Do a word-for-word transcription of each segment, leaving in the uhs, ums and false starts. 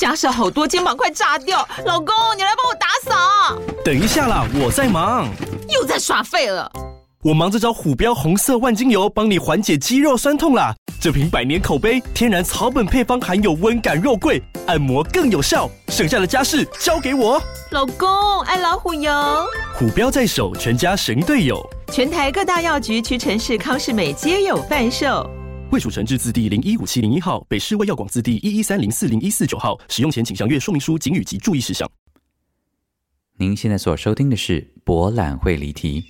家事好多，肩膀快炸掉。老公，你来帮我打扫。 等一下啦，我在忙。 又在耍废了。 我忙着找虎标红色万金油，帮你缓解肌肉酸痛啦。这瓶百年口碑，天然草本配方，含有温感肉桂，按摩更有效。剩下的家事交给我。 老公，爱老虎油。 虎标在手，全家神队友。 全台各大药局、屈臣氏、康是美皆有贩售。 卫署成字字第零一五七零一号，北市卫药广字第一一三零四零一四九号。使用前请详阅说明书、警语及注意事项。 您现在所收听的是博览会离题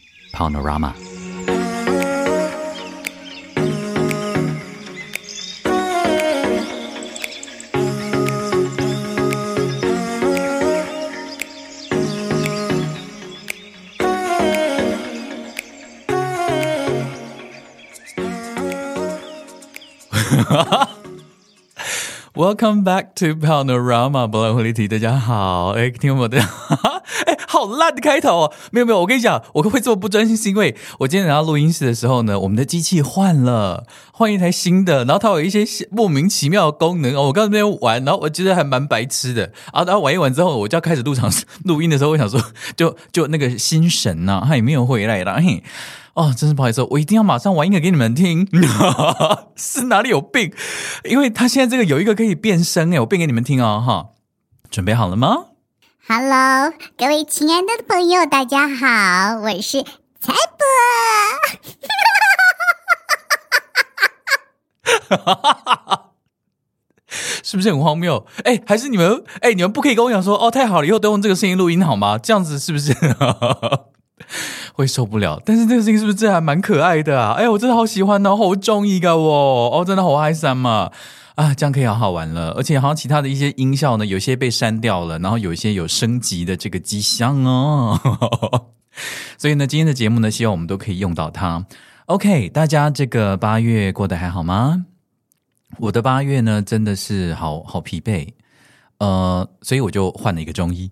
Panorama。Welcome back to Panorama 博览会离题，大家好，哎，听我的，哎，好烂的开头哦！没有没有，我跟你讲，我会这么不专心，是因为我今天来到录音室的时候呢，我们的机器换了，换一台新的，然后它有一些莫名其妙的功能哦。我刚才那边玩，然后我觉得还蛮白痴的啊。然后玩一玩之后，我就要开始录场录音的时候，我想说，就就那个心神呐、啊，他也没有回来啦，嘿。哦，真是不好意思，我一定要马上玩一个给你们听，是哪里有病？因为他现在这个有一个可以变声诶，我变给你们听哦，哈，准备好了吗 ？Hello， 各位亲爱的朋友，大家好，我是蔡伯。是不是很荒谬？哎，还是你们哎，你们不可以跟我讲说哦，太好了，以后都用这个声音录音好吗？这样子是不是？会受不了，但是这个声音是不是真的还蛮可爱的啊？哎，我真的好喜欢哦，好中意噶哦，哦，真的好嗨三嘛啊，这样可以好好玩了。而且好像其他的一些音效呢，有些被删掉了，然后有一些有升级的这个迹象哦。所以呢，今天的节目呢，希望我们都可以用到它。OK， 大家这个八月过得还好吗？我的八月呢，真的是好好疲惫，呃，所以我就换了一个中医。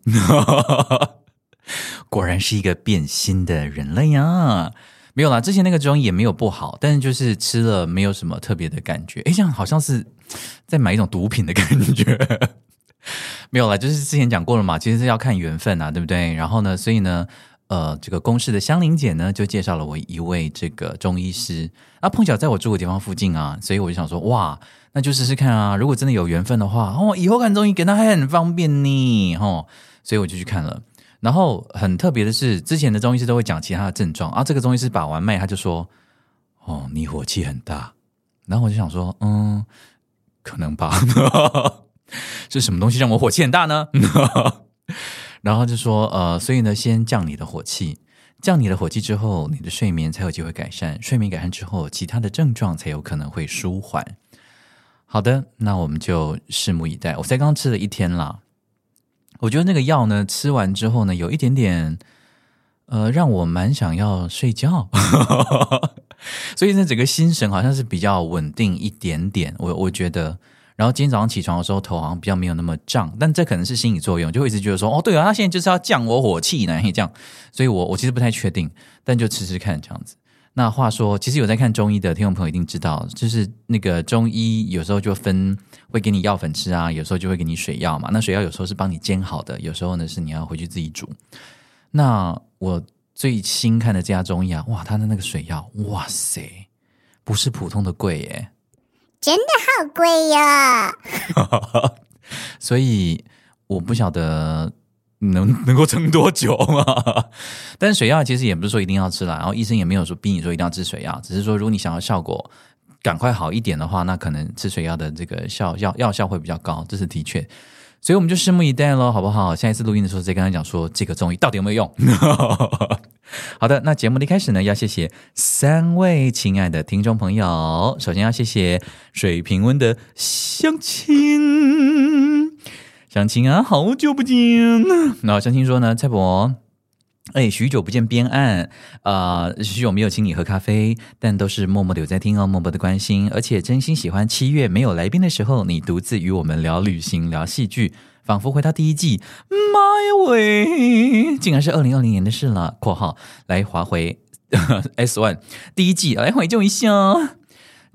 果然是一个变心的人了呀！没有啦，之前那个中医也没有不好，但是就是吃了没有什么特别的感觉。诶，这样好像是在买一种毒品的感觉。没有啦，就是之前讲过了嘛，其实是要看缘分啊，对不对？然后呢，所以呢，呃，这个公视的香菱姐呢就介绍了我一位这个中医师，啊，碰巧在我住的地方附近啊，所以我就想说，哇，那就试试看啊！如果真的有缘分的话，哦，以后看中医给他还很方便呢，哦，所以我就去看了。然后很特别的是，之前的中医师都会讲其他的症状啊，这个中医师把完脉，他就说：“哦，你火气很大。”然后我就想说，嗯，可能吧，是什么东西让我火气很大呢？然后就说，呃，所以呢，先降你的火气，降你的火气之后，你的睡眠才有机会改善，睡眠改善之后，其他的症状才有可能会舒缓。好的，那我们就拭目以待。我才刚吃了一天啦。我觉得那个药呢，吃完之后呢，有一点点，呃，让我蛮想要睡觉，所以呢，整个心神好像是比较稳定一点点，我我觉得。然后今天早上起床的时候，头好像比较没有那么胀，但这可能是心理作用，就会一直觉得说，哦，对啊，他现在就是要降我火气呢，这样，所以我我其实不太确定，但就吃吃看这样子。那话说，其实有在看中医的听众朋友一定知道，就是那个中医有时候就分会给你药粉吃啊，有时候就会给你水药嘛。那水药有时候是帮你煎好的，有时候呢是你要回去自己煮。那我最新看的这家中医啊，哇，他的那个水药，哇塞，不是普通的贵耶， 真的好贵呀！ 所以我不晓得能能够撑多久嘛？但是水药其实也不是说一定要吃啦，然后医生也没有说逼你说一定要吃水药，只是说如果你想要效果赶快好一点的话，那可能吃水药的这个效药药效会比较高，这是的确。所以我们就拭目以待咯，好不好？下一次录音的时候再跟他讲说这个中医到底有没有用。好的，那节目的一开始呢，要谢谢三位亲爱的听众朋友。首先要谢谢水平温的相亲。相亲啊，好久不见。那相亲说呢，蔡伯，哎，许久不见边岸，呃，许久没有请你喝咖啡，但都是默默的有在听哦，默默的关心，而且真心喜欢七月没有来宾的时候，你独自与我们聊旅行、聊戏剧，仿佛回到第一季。妈呀喂，竟然是二零二零年的事了。括号来滑回 S 一 第一季，来怀旧一下。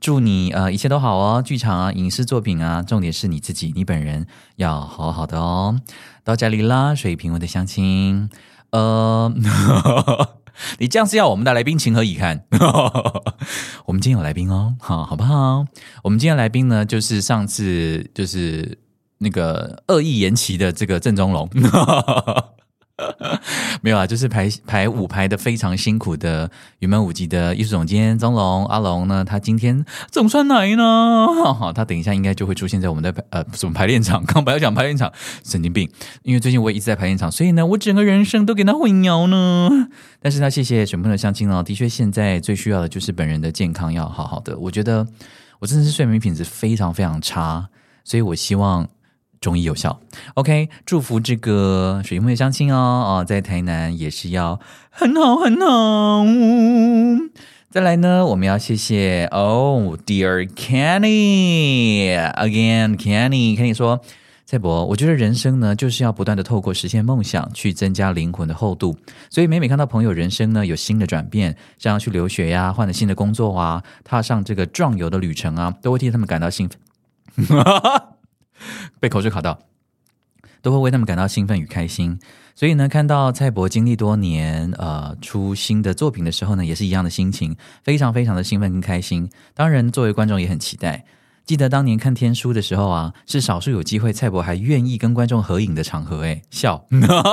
祝你呃一切都好哦，剧场啊、影视作品啊，重点是你自己，你本人要好好的哦。到家里啦，水平稳的相亲，呃，你这样是要我们的来宾情何以堪？我们今天有来宾哦，好，好不好？我们今天的来宾呢，就是上次就是那个恶意延期的这个郑宗龙。没有啊，就是排排舞排的非常辛苦的云门舞集的艺术总监宗龙阿龙呢，他今天总算来呢，他等一下应该就会出现在我们的呃什么排练场，刚本来讲排练场，神经病，因为最近我也一直在排练场，所以呢，我整个人生都给他混淆呢。但是呢，谢谢选朋友相亲哦，的确现在最需要的就是本人的健康要好好的，我觉得我真的是睡眠品质非常非常差，所以我希望中医有效 ，OK， 祝福这个水木的相亲哦，哦，在台南也是要很好很好。再来呢，我们要谢谢哦 ，Dear Kenny again Kenny Kenny 说，蔡伯，我觉得人生呢就是要不断的透过实现梦想，去增加灵魂的厚度。所以每每看到朋友人生呢有新的转变，像要去留学呀，换了新的工作啊，踏上这个壮游的旅程啊，都会替他们感到兴奋。被口水卡到，都会为他们感到兴奋与开心。所以呢，看到蔡伯经历多年呃出新的作品的时候呢，也是一样的心情，非常非常的兴奋跟开心。当然作为观众也很期待。记得当年看天书的时候啊，是少数有机会蔡伯还愿意跟观众合影的场合，诶笑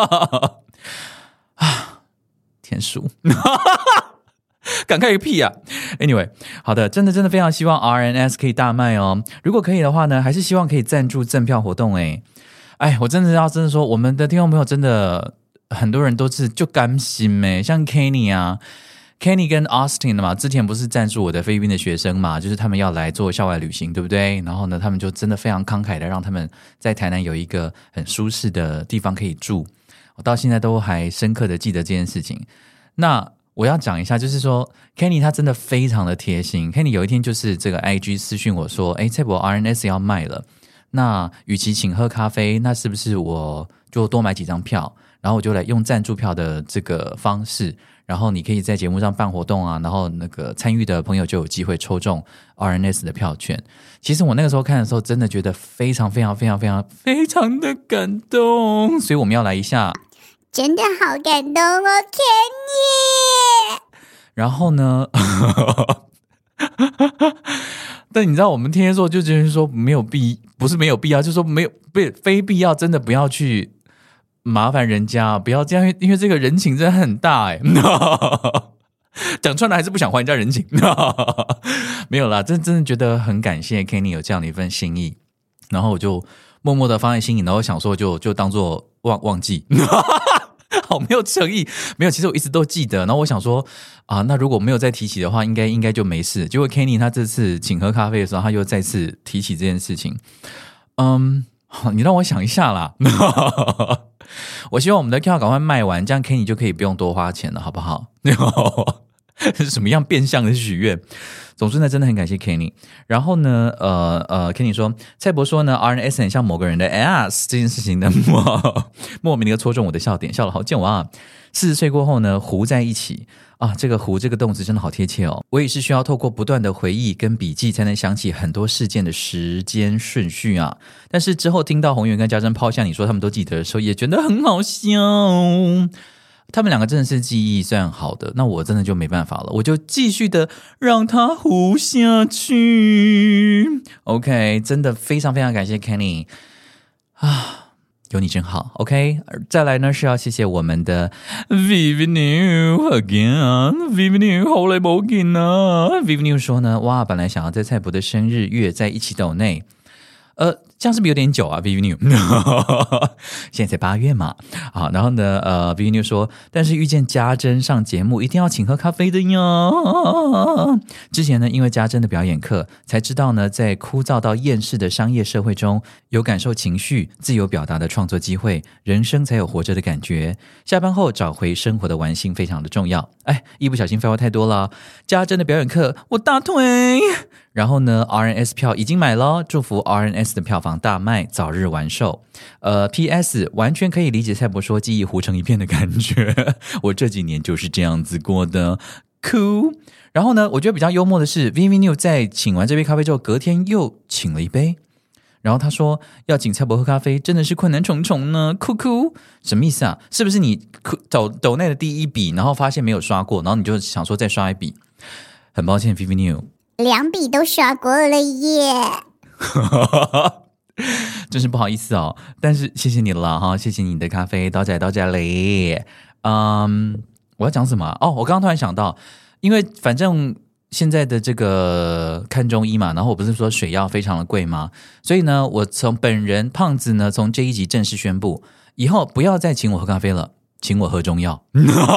啊，天书感慨个屁啊 Anyway 好的，真的真的非常希望 R N S 可以大卖哦，如果可以的话呢，还是希望可以赞助赠票活动。诶哎，我真的要真的说，我们的听众朋友真的很多人都是就甘心诶，像 Kenny 啊 Kenny 跟 Austin 的嘛，之前不是赞助我的菲律宾的学生嘛，就是他们要来做校外旅行，对不对？然后呢，他们就真的非常慷慨的让他们在台南有一个很舒适的地方可以住，我到现在都还深刻的记得这件事情。那我要讲一下，就是说 Kenny 他真的非常的贴心。Kenny 有一天就是这个 I G 私讯我说，诶蔡伯 R N S 要卖了，那与其请喝咖啡，那是不是我就多买几张票，然后我就来用赞助票的这个方式，然后你可以在节目上办活动啊，然后那个参与的朋友就有机会抽中 R N S 的票券。其实我那个时候看的时候真的觉得非常非常非常非常非常的感动，所以我们要来一下， 真的好感动哦 Kenny。 然后呢但你知道我们天蝎座就觉得说没有必不是没有必要，就是说没有非必要，真的不要去麻烦人家，不要这样，因为这个人情真的很大哎。讲穿了还是不想还人家人情。没有啦，真真的觉得很感谢 Kenny 有这样的一份心意，然后我就默默的放在心里，然后想说就就当作忘忘记。好没有诚意，没有，其实我一直都记得。然后我想说啊，那如果没有再提起的话，应该应该就没事。结果 Kenny 他这次请喝咖啡的时候，他又再次提起这件事情。嗯，你让我想一下啦。我希望我们的票赶快卖完，这样 Kenny 就可以不用多花钱了，好不好？是什么样变相的许愿？总之呢，真的很感谢 Kenny。然后呢，呃呃 ，Kenny 说，蔡伯说呢 ，R N S 很像某个人的 ass 这件事情呢，莫名的戳中我的笑点，笑了好久啊。四十岁过后呢，糊在一起啊，这个糊这个动词真的好贴切哦。我也是需要透过不断的回忆跟笔记，才能想起很多事件的时间顺序啊。但是之后听到宏源跟家珍抛下你说他们都记得的时候，也觉得很好笑。他们两个真的是记忆算好的，那我真的就没办法了，我就继续的让它糊下去。 OK， 真的非常非常感谢 Kenny 啊，有你真好。 OK， 再来呢是要谢谢我们的 Vivnew again Vivnew 好耐冇見啊。 Vivnew 說呢，哇，本來想要在蔡伯的生日月在一起抖內，呃，这样是不是有点久啊 Vivnew 现在才八月嘛。好，然后呢呃 Vivnew 说，但是遇见家珍上节目一定要请喝咖啡的呀。之前呢因为家珍的表演课才知道呢，在枯燥到厌世的商业社会中，有感受情绪自由表达的创作机会，人生才有活着的感觉。下班后找回生活的玩性非常的重要。哎，一不小心废话太多了，家珍的表演课我大推。然后呢 R N S 票已经买了，祝福 R N S 的票房大卖，早日完售。呃 P S 完全可以理解蔡伯说记忆糊成一片的感觉，我这几年就是这样子过的， 酷。然后呢，我觉得比较幽默的是 Vivi New 在请完这杯咖啡之后，隔天又请了一杯。然后他说要请蔡伯喝咖啡真的是困难重重呢，酷酷，什么意思啊？是不是你抖抖内的第一笔，然后发现没有刷过，然后你就想说再刷一笔？很抱歉 Vivi New， 两笔都刷过了耶。 真是不好意思哦，但是谢谢你了哈，谢谢你的咖啡，到家到家嘞。嗯，我要讲什么？哦，我刚刚突然想到，因为反正现在的这个看中医嘛，然后我不是说水药非常的贵吗？所以呢，我从本人胖子呢，从这一集正式宣布，以后不要再请我喝咖啡了，请我喝中药。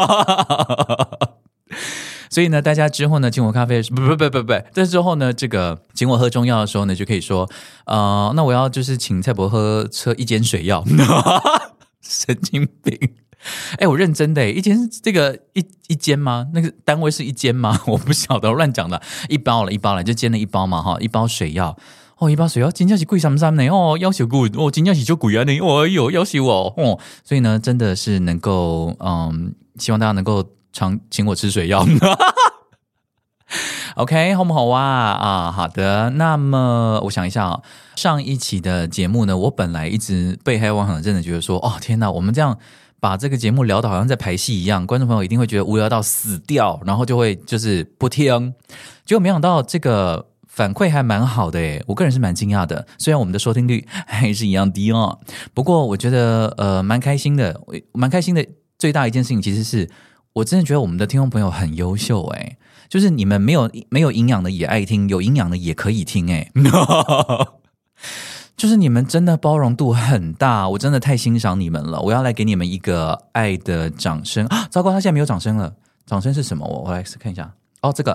所以呢，大家之后呢，请我咖啡，不不不不不，这之后呢，这个请我喝中药的时候呢，就可以说，呃，那我要就是请蔡伯喝喝一间水药，神经病。哎，我认真的，一间这个一一间吗？那个单位是一间吗？我不晓得，我乱讲的。一包了，一包了，就煎了一包嘛，哈，一包水药。哦，一包水药真的是贵三三呢，哦，要求贵，哦，真的是就贵啊呢，哦哟，要求我，哦，所以呢，真的是能够，嗯，希望大家能够常请我吃水药。OK， 好不好啊？啊，好的。那么我想一下啊，上一期的节目呢，我本来一直被害妄想症的觉得说，哦，天哪，我们这样把这个节目聊得好像在排戏一样，观众朋友一定会觉得无聊到死掉，然后就会就是不听。结果没想到这个反馈还蛮好的耶，我个人是蛮惊讶的。虽然我们的收听率还是一样低哦，不过我觉得呃蛮开心的，蛮开心的。最大一件事情其实是我真的觉得我们的听众朋友很优秀哎，就是你们没有没有营养的也爱听，有营养的也可以听哎。就是你们真的包容度很大，我真的太欣赏你们了。我要来给你们一个爱的掌声啊！糟糕，他现在没有掌声了。掌声是什么？我我来看一下。哦，这个。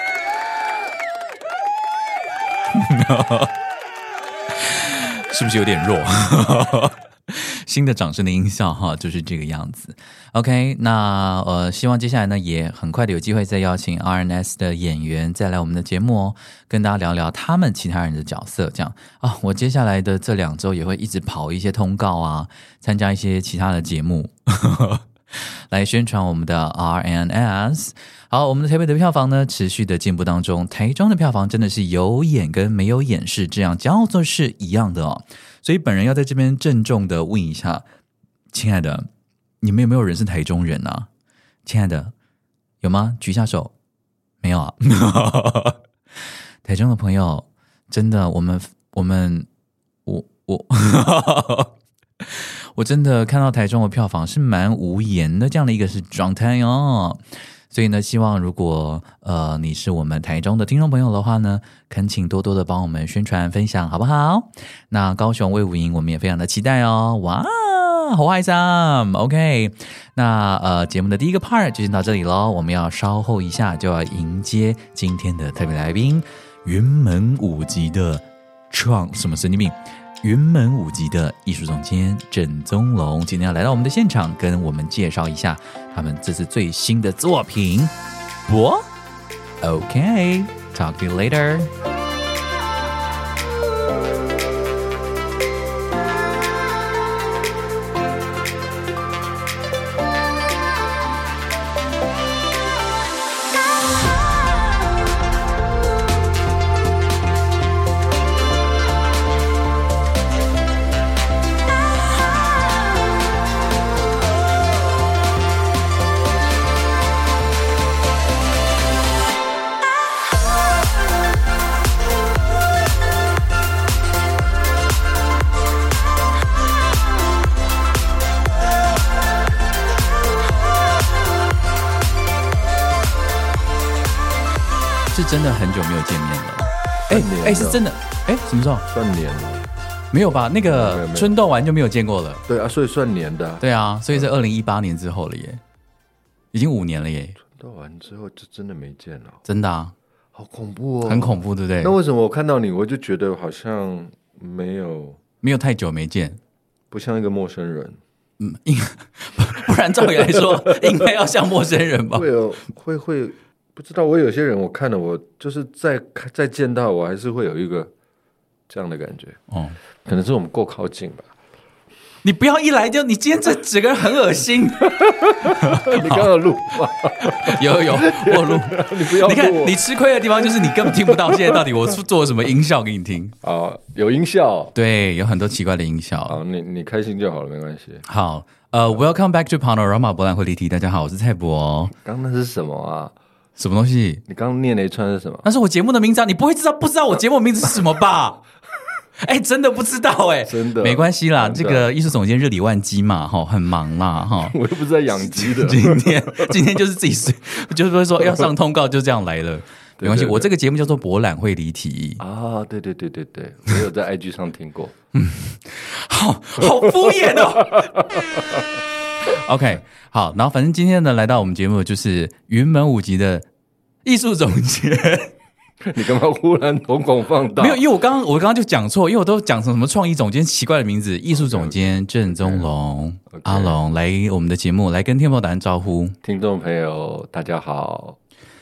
是不是有点弱？新的掌声的音效哈，就是这个样子。OK， 那呃，希望接下来呢，也很快的有机会再邀请 R N S 的演员再来我们的节目哦，跟大家聊聊他们其他人的角色。这样啊，我接下来的这两周也会一直跑一些通告啊，参加一些其他的节目，来宣传我们的 R N S。好，我们的台北的票房呢，持续的进步当中。台中的票房真的是有演跟没有演是这样，叫做是一样的哦。所以本人要在这边郑重的问一下，亲爱的，你们有没有人是台中人啊？亲爱的，有吗？举一下手。没有啊。台中的朋友，真的，我们我们我我我真的看到台中的票房是蛮无言的，这样的一个是状态哦。所以呢，希望如果呃你是我们台中的听众朋友的话呢，恳请多多的帮我们宣传分享，好不好？那高雄卫武营我们也非常的期待哦，哇，好开心 ！OK， 那呃节目的第一个 part 就先到这里咯，我们要稍后一下就要迎接今天的特别来宾，云门舞集的创什么神经病？云门舞集的艺术总监郑宗龙今天要来到我们的现场，跟我们介绍一下他们这次最新的作品。不 OK， talk to you later。是真的很久没有见面了，哎哎，是真的，哎，什么时候？ 算年了？ 没有吧？那个春斗完就没有见过了。 对啊，所以算年的、啊。 对啊，所以是二零一八年之后了耶，已经五年了耶。 春斗完之后就真的没见了， 真的啊， 好恐怖哦， 很恐怖，对不对？ 那为什么我看到你，我就觉得好像没有没有太久没见， 不像一个陌生人？ 嗯，不然照理来说应该要像陌生人吧？ 会有会会。不知道，我有些人我看了，我就是再再见到我还是会有一个这样的感觉。哦，可能是我们够靠近吧。 你不要一来就，你今天这整个人很恶心。 你刚刚有录吗？ 有有我录， 你不要录。 你看你吃亏的地方就是你根本听不到现在到底我做了什么音效给你听。 啊，有音效。 对，有很多奇怪的音效。 好，你你开心就好了，没关系。 好，呃 ，Welcome back to Panorama 博览会离题。大家好，我是蔡博。 刚刚那是什么啊？ 什么东西？ 你刚刚念了一串是什么？ 那是我节目的名字啊！你不会知道不知道我节目名字是什么吧？哎、欸，真的不知道哎、欸， 真的没关系啦。这个艺术总监日理万机嘛，哈，很忙啦，哈。 我又不是在养鸡的。 今天今天就是自己睡，就是说要上通告就这样来了，没关系。我这个节目叫做博览会离题啊，对对对对对，我有在 I G 上听过。 嗯，好好敷衍哦。OK， 好，然后反正今天呢，来到我们节目就是云门舞集的艺术总监。 你干嘛忽然瞳孔放大？ 没有，因为我刚刚我刚刚就讲错，因为我都讲成什么创意总监奇怪的名字，艺术总监郑宗龙、okay. Okay. 阿龙来我们的节目，来跟听众朋友打声招呼。 听众朋友，大家好。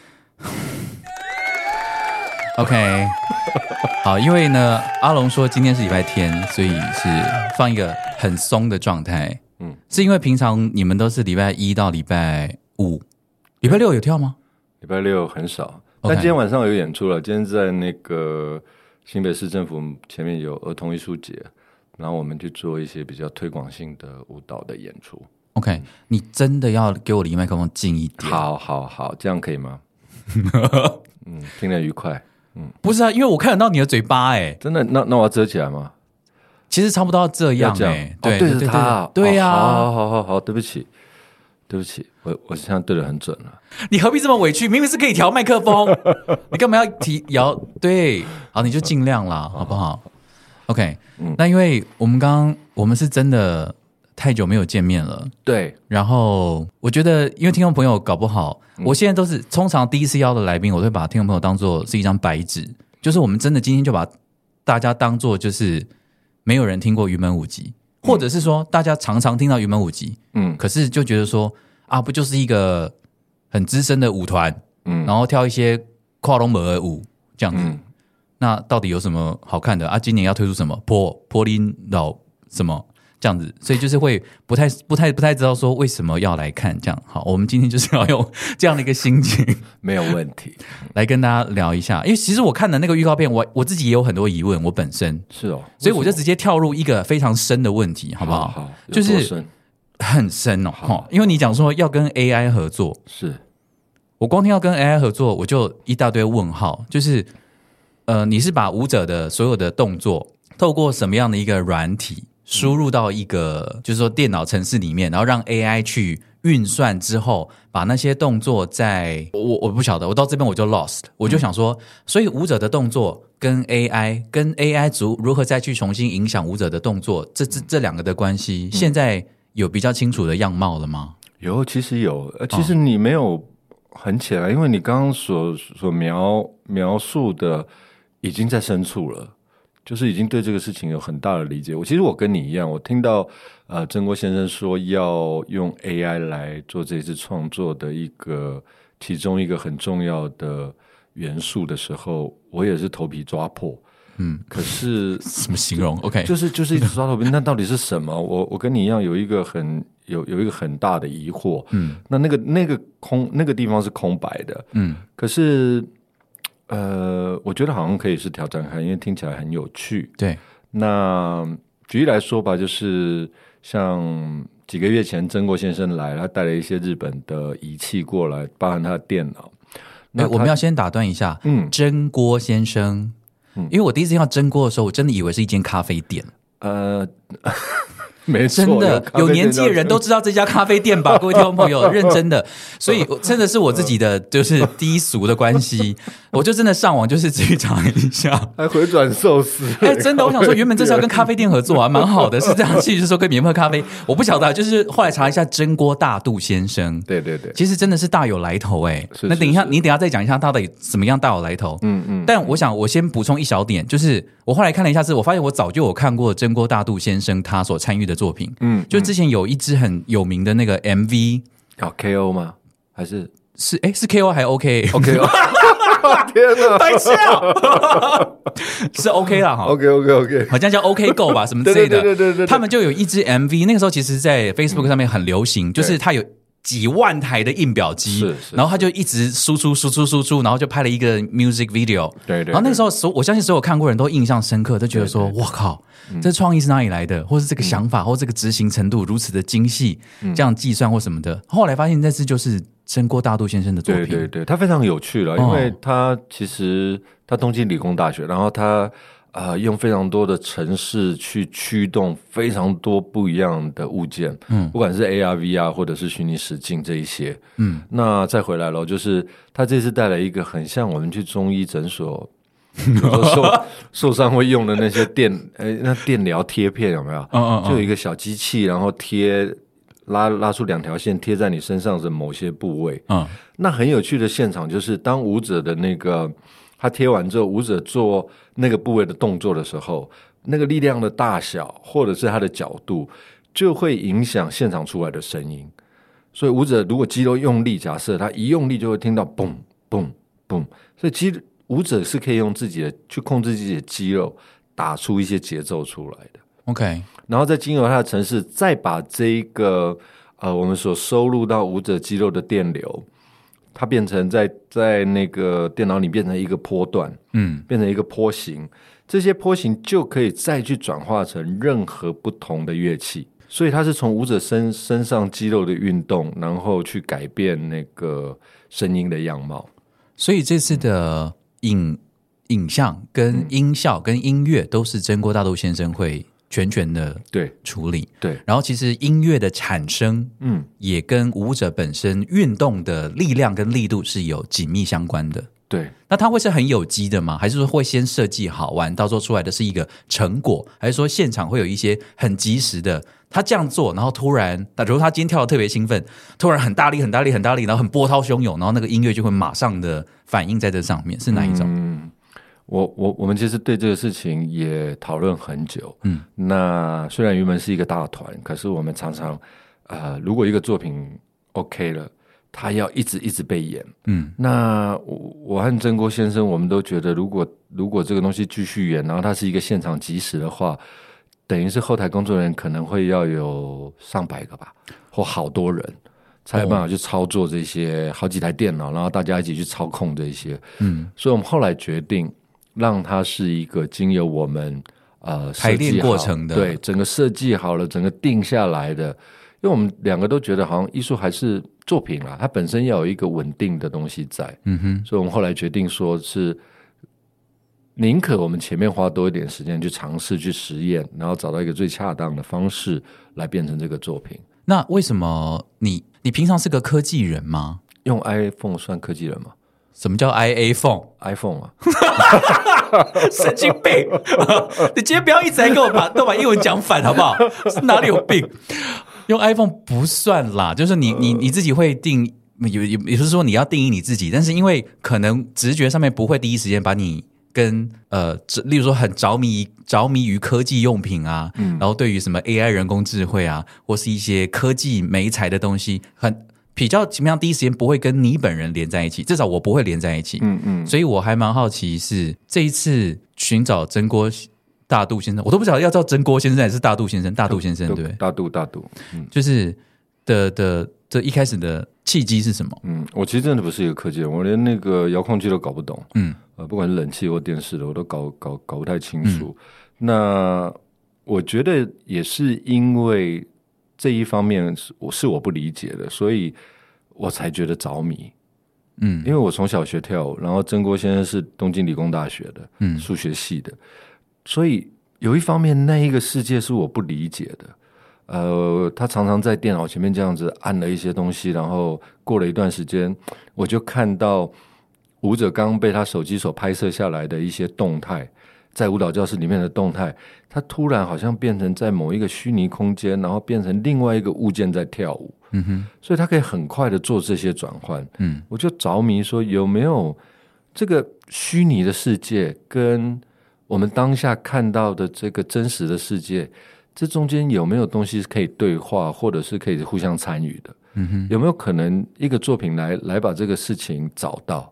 OK， 好，因为呢，阿龙说今天是礼拜天，所以是放一个很松的状态。嗯，是因为平常你们都是礼拜一到礼拜五，礼拜六有跳吗？ 礼拜六很少。但今天晚上有演出了，今天在那个新北市政府前面有儿童艺术节，然后我们去做一些比较推广性的舞蹈的演出。 OK， 你真的要给我离麦克风近一点。 好好好，这样可以吗？嗯，听得愉快。嗯， 不是啊，因为我看得到你的嘴巴、欸，哎， 真的，那那我要遮起来吗？ 其实差不多要这样、欸，哎、 哦，对着他， 对呀、啊， 好好好好，对不起。对不起，我我现在对得很准了。 你何必这么委屈？明明是可以调麦克风，你干嘛要提摇？对，好，你就尽量啦，好不好 ？OK，、嗯、那因为我们刚刚我们是真的太久没有见面了， 对。 然后我觉得，因为听众朋友搞不好，嗯、我现在都是通常第一次邀的来宾，我会把听众朋友当做是一张白纸，就是我们真的今天就把大家当做就是没有人听过云门舞集。或者是说，大家常常听到云门舞集，嗯，可是就觉得说啊，不就是一个很资深的舞团，嗯，然后跳一些跨龙门的舞这样子、嗯，那到底有什么好看的啊？今年要推出什么坡坡林老什么这样子，所以就是会不太不太不太知道说为什么要来看这样。好，我们今天就是要用这样的一个心情， 没有问题， 来跟大家聊一下。因为其实我看的那个预告片，我我自己也有很多疑问，我本身是哦， 所以我就直接跳入一个非常深的问题，好不好？ 好好就是很深哦，因为你讲说要跟 A I 合作， 是我光听要跟 A I 合作，我就一大堆问号，就是呃，你是把舞者的所有的动作透过什么样的一个软体？输入到一个就是说电脑程式里面，然后让 A I 去运算之后，把那些动作在我我不晓得，我到这边我就 lost， 我就想说，嗯、所以舞者的动作跟 A I 跟 A I 如如何再去重新影响舞者的动作，这这这两个的关系，嗯、现在有比较清楚的样貌了吗？ 有，其实有，呃，其实你没有很浅啊，因为你刚刚所所描描述的已经在深处了。就是已经对这个事情有很大的理解。我其实我跟你一样，我听到呃曾国先生说要用 A I 来做这次创作的一个其中一个很重要的元素的时候，我也是头皮抓破。嗯，可是什么形容 ？OK， 就是就是一直抓头皮，那到底是什么？我我跟你一样有一个很有有一个很大的疑惑。嗯，那那个那个空那个地方是空白的。嗯，可是。呃，我觉得好像可以是挑战看，因为听起来很有趣。 对， 那举例来说吧，就是像几个月前曾国先生来，他带了一些日本的仪器过来，包含他的电脑。 那我们要先打断一下，嗯，曾国先生，嗯，因为我第一次听到曾国的时候，我真的以为是一间咖啡店。呃。 没错， 真的 有, 有年纪的人都知道这家咖啡店吧？各位听众朋友，认真的，所以真的是我自己的就是低俗的关系，我就真的上网就是去查一下， 还回转寿司。 哎，真的，我想说原本这是要跟咖啡店合作啊，蛮好的，是这样，其实说跟免费咖啡，我不晓得，就是后来查一下真锅大肚先生， 对对对， 其实真的是大有来头哎、欸。那等一下，你等一下再讲一下到底怎么样大有来头。嗯嗯。但我想我先补充一小点，就是我后来看了一下，是我发现我早就有看过真锅大肚先生他所参与的作品，嗯，就之前有一支很有名的那个 M V， 哦 K O 吗？还是是哎是 K O 还 OK OK O？ 天哪， 白痴啊！是 OK 啦哈 ，OK OK OK， 好像叫 OK Go 吧，什么之类的。 对对对对对对， 他们就有一支 M V， 那个时候其实，在 Facebook 上面很流行，嗯、就是它有几万台的印表机， 是是， 然后他就一直输出输出输出，然后就拍了一个 music video， 对 对, 对。 然后那个时候，所我相信所有看过的人都印象深刻，都觉得说，哇靠，嗯、这创意是哪里来的，或是这个想法，嗯、或这个执行程度如此的精细，嗯、这样计算或什么的。后来发现那支就是真锅大渡先生的作品， 对对对，他非常有趣了，因为他其实他东京理工大学，然后他。呃，用非常多的程式去驱动非常多不一样的物件，嗯，不管是 A R V R 或者是虚拟实境这一些，嗯，那再回来了，就是他这次带来一个很像我们去中医诊所，比如说受受伤会用的那些电，呃，那电疗贴片有没有？嗯嗯，就有一个小机器，然后贴拉拉出两条线贴在你身上的某些部位，嗯，那很有趣的现场就是当舞者的那个。他贴完之后，舞者做那个部位的动作的时候，那个力量的大小或者是他的角度，就会影响现场出来的声音。所以舞者如果肌肉用力，假设他一用力就会听到嘣嘣嘣，所以肌舞者是可以用自己的去控制自己的肌肉，打出一些节奏出来的。 OK， 然后再经由他的程式，再把这一个呃我们所收录到舞者肌肉的电流。它变成在在那个电脑里变成一个波段，嗯，变成一个波形，这些波形就可以再去转化成任何不同的乐器，所以它是从舞者身身上肌肉的运动，然后去改变那个声音的样貌。 所以这次的影影像跟音效跟音乐都是真锅大渡先生会全权的对处理，对，然后其实音乐的产生，嗯，也跟舞者本身运动的力量跟力度是有紧密相关的。 对， 那它会是很有机的吗？还是说会先设计好玩，到时候出来的是一个成果？还是说现场会有一些很及时的？他这样做，然后突然，比如他今天跳得特别兴奋，突然很大力、很大力、很大力，然后很波涛汹涌，然后那个音乐就会马上的反映在这上面，是哪一种？嗯我我我们其实对这个事情也讨论很久，嗯，那虽然云门是一个大团，可是我们常常，呃，如果一个作品 OK 了，他要一直一直被演，嗯，那我我和真锅先生，我们都觉得，如果如果这个东西继续演，然后它是一个现场即时的话，等于是后台工作人员可能会要有上百个吧，或好多人。才有办法去操作这些好几台电脑，然后大家一起去操控这些，嗯，所以我们后来决定让它是一个经由我们呃排练过程的， 对，整个设计好了，整个定下来的。因为我们两个都觉得，好像艺术还是作品啦，它本身要有一个稳定的东西在，嗯哼。所以我们后来决定说是，宁可我们前面花多一点时间去尝试、去实验，然后找到一个最恰当的方式来变成这个作品。 那为什么你你平常是个科技人吗？ 用 iPhone 算科技人吗？ 什么叫 iPhone？iPhone 啊， 神经病！你今天不要一直在跟我把都把英文讲反好不好？哪里有病？用 iPhone 不算啦，就是你你你自己会定，也也也就是说你要定义你自己，但是因为可能直觉上面不会第一时间把你跟呃，例如说很着迷着迷于科技用品啊，嗯，然后对于什么 A I 人工智慧啊，或是一些科技媒材的东西，很比较怎么样，第一时间不会跟你本人连在一起，至少我不会连在一起，嗯嗯，所以我还蛮好奇是这一次寻找真锅大渡先生，我都不晓得要叫真锅先生还是大渡先生，大渡先生对不对？ 大渡大渡， 嗯，就是的的这一开始的契机是什么？ 嗯，我其实真的不是一个科技人，我连那个遥控器都搞不懂，嗯。呃，不管是冷气或电视的，我都搞搞搞不太清楚。嗯、那我觉得也是因为这一方面是我是我不理解的，所以我才觉得着迷。嗯，因为我从小学跳舞，然后真锅先生是东京理工大学的，嗯，数学系的，所以有一方面那一个世界是我不理解的。呃，他常常在电脑前面这样子按了一些东西，然后过了一段时间，我就看到。舞者刚被他手机所拍摄下来的一些动态，在舞蹈教室里面的动态，他突然好像变成在某一个虚拟空间，然后变成另外一个物件在跳舞。嗯哼，所以他可以很快的做这些转换。嗯，我就着迷说，有没有这个虚拟的世界跟我们当下看到的这个真实的世界，这中间有没有东西可以对话，或者是可以互相参与的？嗯哼，有没有可能一个作品来来把这个事情找到？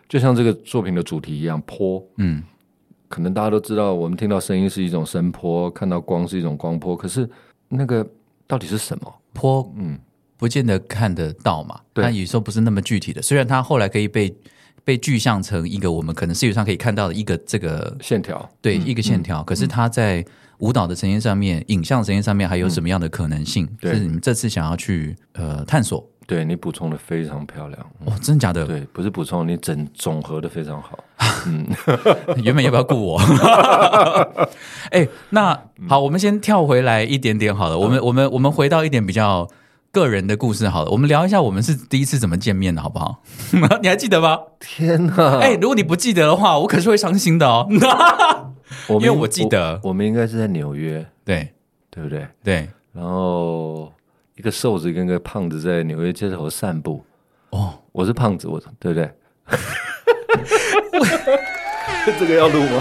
就像这个作品的主题一样，波， 嗯， 可能大家都知道，我们听到声音是一种声波，看到光是一种光波，可是那个到底是什么？ 波， 嗯， 不见得看得到嘛， 对它有时候不是那么具体的。虽然它后来可以被被具象成一个我们可能视觉上可以看到的一个这个线条， 对、 嗯、 一个线条，嗯、可是它在舞蹈的呈现上面、影像呈现上面还有什么样的可能性？ 对， 是你们这次想要去呃探索。 对，你补充的非常漂亮， 哦，真的假的？ 对，不是补充，你整总和的非常好。嗯， 原本要不要顾我？哎、欸，那好，我们先跳回来一点点好了。我们我们我们回到一点比较个人的故事好了。我们聊一下我们是第一次怎么见面的，好不好？你还记得吗？ 天哪！ 哎、欸，如果你不记得的话，我可是会伤心的哦。因为我记得我，我们应该是在纽约， 对对不对？ 对。 然后一个瘦子跟一个胖子在纽约街头散步。 哦， 我是胖子，我对不对？这个要录吗？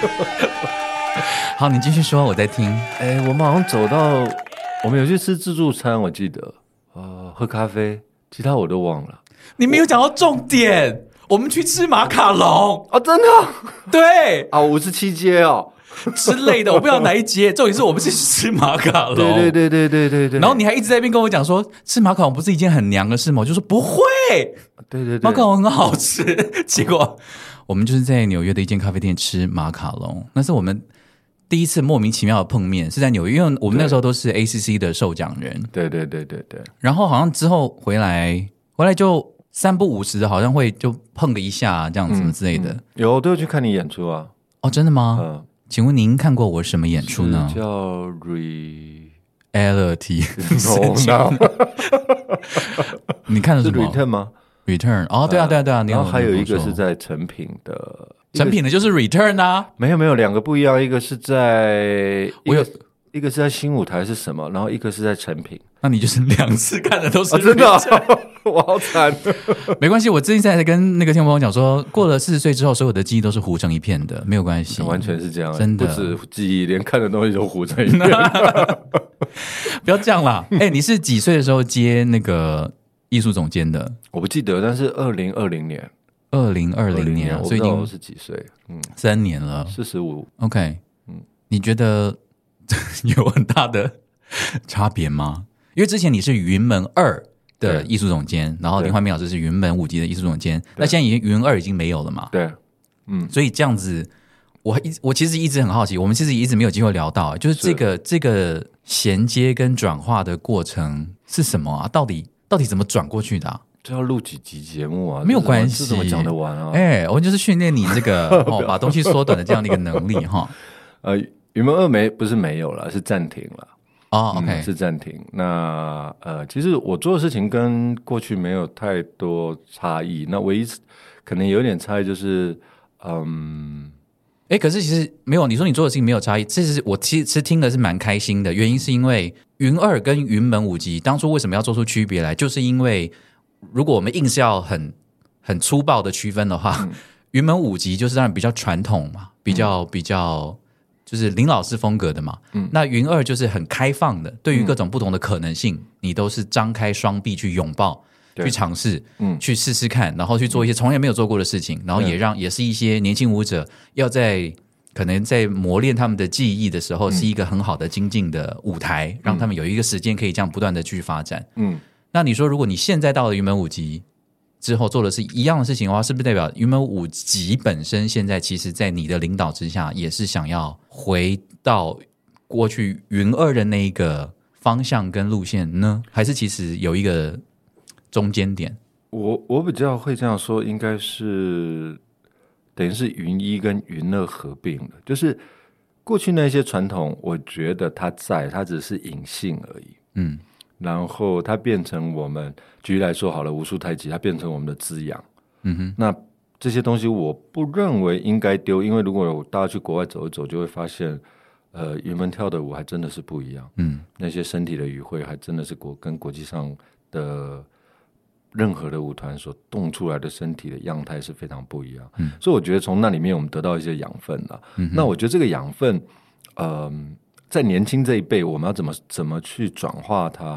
好，你继续说，我在听。 哎，我们好像走到，我们有去吃自助餐，我记得，呃，喝咖啡，其他我都忘了。 你没有讲到重点，我们去吃马卡龙哦，真的？ 对啊，五十七街哦。 之类的，我不知道哪一节。重点是我们是吃马卡龙， 对对对对对对对。 然后你还一直在那边跟我讲说，吃马卡龙不是一件很娘的事吗？我就说不会， 对对对， 马卡龙很好吃。结果我们就是在纽约的一间咖啡店吃马卡龙，那是我们第一次莫名其妙的碰面，是在纽约，因为我们那时候都是 A C C 的受奖人。 对对对对对。 然后好像之后回来，回来就三不五时，好像会就碰个一下这样子什么之类的。 嗯嗯、有，都有去看你演出啊。 哦，真的吗？ 嗯。 请问您看过我什么演出呢？ 叫 Re L T no, no. 你看的是什么 Return 吗 ？Return 哦，对啊，对啊，对啊。 然后还有一个是在成品的， 成品的就是 Return 啊。 没有没有，两个不一样，一个是在我有一个是在新舞台是什么，然后一个是在成品。 那你就是两次看的都是、 啊、真的、啊，我好惨。 没关系，我最近在跟那个天朋友讲说，过了四十岁之后，所有的记忆都是糊成一片的，没有关系， 完全是这样， 真的不止记忆，连看的东西都糊成一片。 不要这样啦！哎、欸，你是几岁的时候接那个艺术总监的？ 我不记得，但是二零二零年， 二零二零年， 所以已经是几岁？嗯， 三年了， 四十五。 OK， 嗯，你觉得有很大的差别吗？因为之前你是云门二的艺术总监，然后林怀民老师是云门五级的艺术总监，那现在已经云二已经没有了嘛？ 对，嗯， 所以这样子，我一我其实一直很好奇，我们其实一直没有机会聊到，就是这个这个衔接跟转化的过程是什么啊？到底到底怎么转过去的、啊？ 这要录几集节目啊？ 没有关系， 这怎么讲得完啊？ 哎、欸，我就是训练你这个哦，把东西缩短的这样的一个能力哈。 呃，云门二没不是没有了，是暂停了。 哦 ，OK，、 嗯、是暂停。那呃，其实我做的事情跟过去没有太多差异。那唯一可能有点差异就是，嗯， 哎，可是其实没有。你说你做的事情没有差异，这是我其实听的是蛮开心的。原因是因为云二跟云门五级当初为什么要做出区别来，就是因为如果我们硬是要很很粗暴的区分的话，嗯、云门五级就是当然比较传统嘛，比较、嗯、比较。就是林老师风格的嘛，嗯，那云二就是很开放的，对于各种不同的可能性，嗯、你都是张开双臂去拥抱、去尝试、嗯，去试试看，然后去做一些从来没有做过的事情，然后也让、嗯、也是一些年轻舞者要在可能在磨练他们的技艺的时候，嗯、是一个很好的精进的舞台，嗯、让他们有一个时间可以这样不断的去发展。嗯，那你说如果你现在到了云门舞级之后做的是一样的事情的话，是不是代表云门舞集本身现在其实在你的领导之下也是想要回到过去云二的那一个方向跟路线呢？还是其实有一个中间点？ 我我比较会这样说，应该是等于是云一跟云二合并了，就是过去那些传统我觉得它在，它只是隐性而已。嗯，然后它变成我们举例来说好了，武术太极它变成我们的滋养。嗯哼，那这些东西我不认为应该丢，因为如果大家去国外走一走，就会发现，呃，云门跳的舞还真的是不一样。嗯，那些身体的语汇还真的是国跟国际上的任何的舞团所动出来的身体的样态是非常不一样。嗯，所以我觉得从那里面我们得到一些养分了。嗯，那我觉得这个养分，嗯、呃，在年轻这一辈，我们要怎么怎么去转化它？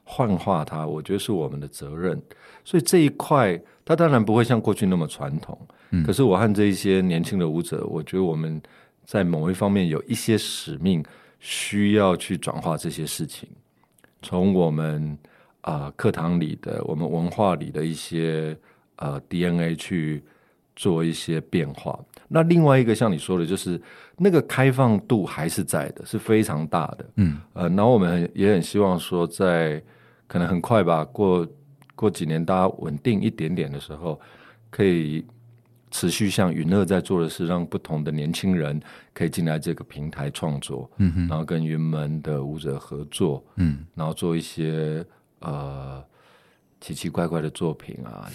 幻化它，我觉得是我们的责任。所以这一块它当然不会像过去那么传统，嗯，可是我和这一些年轻的舞者，我觉得我们在某一方面有一些使命，需要去转化这些事情，从我们啊、呃、课堂里的、我们文化里的一些呃 D N A 去做一些变化。那另外一个像你说的，就是那个开放度还是在的，是非常大的。嗯，呃，然后我们也很希望说，在可能很快吧，过过几年大家稳定一点点的时候，可以持续像云乐在做的是，让不同的年轻人可以进来这个平台创作，嗯哼，然后跟云门的舞者合作，嗯，然后做一些呃。奇奇怪怪的作品啊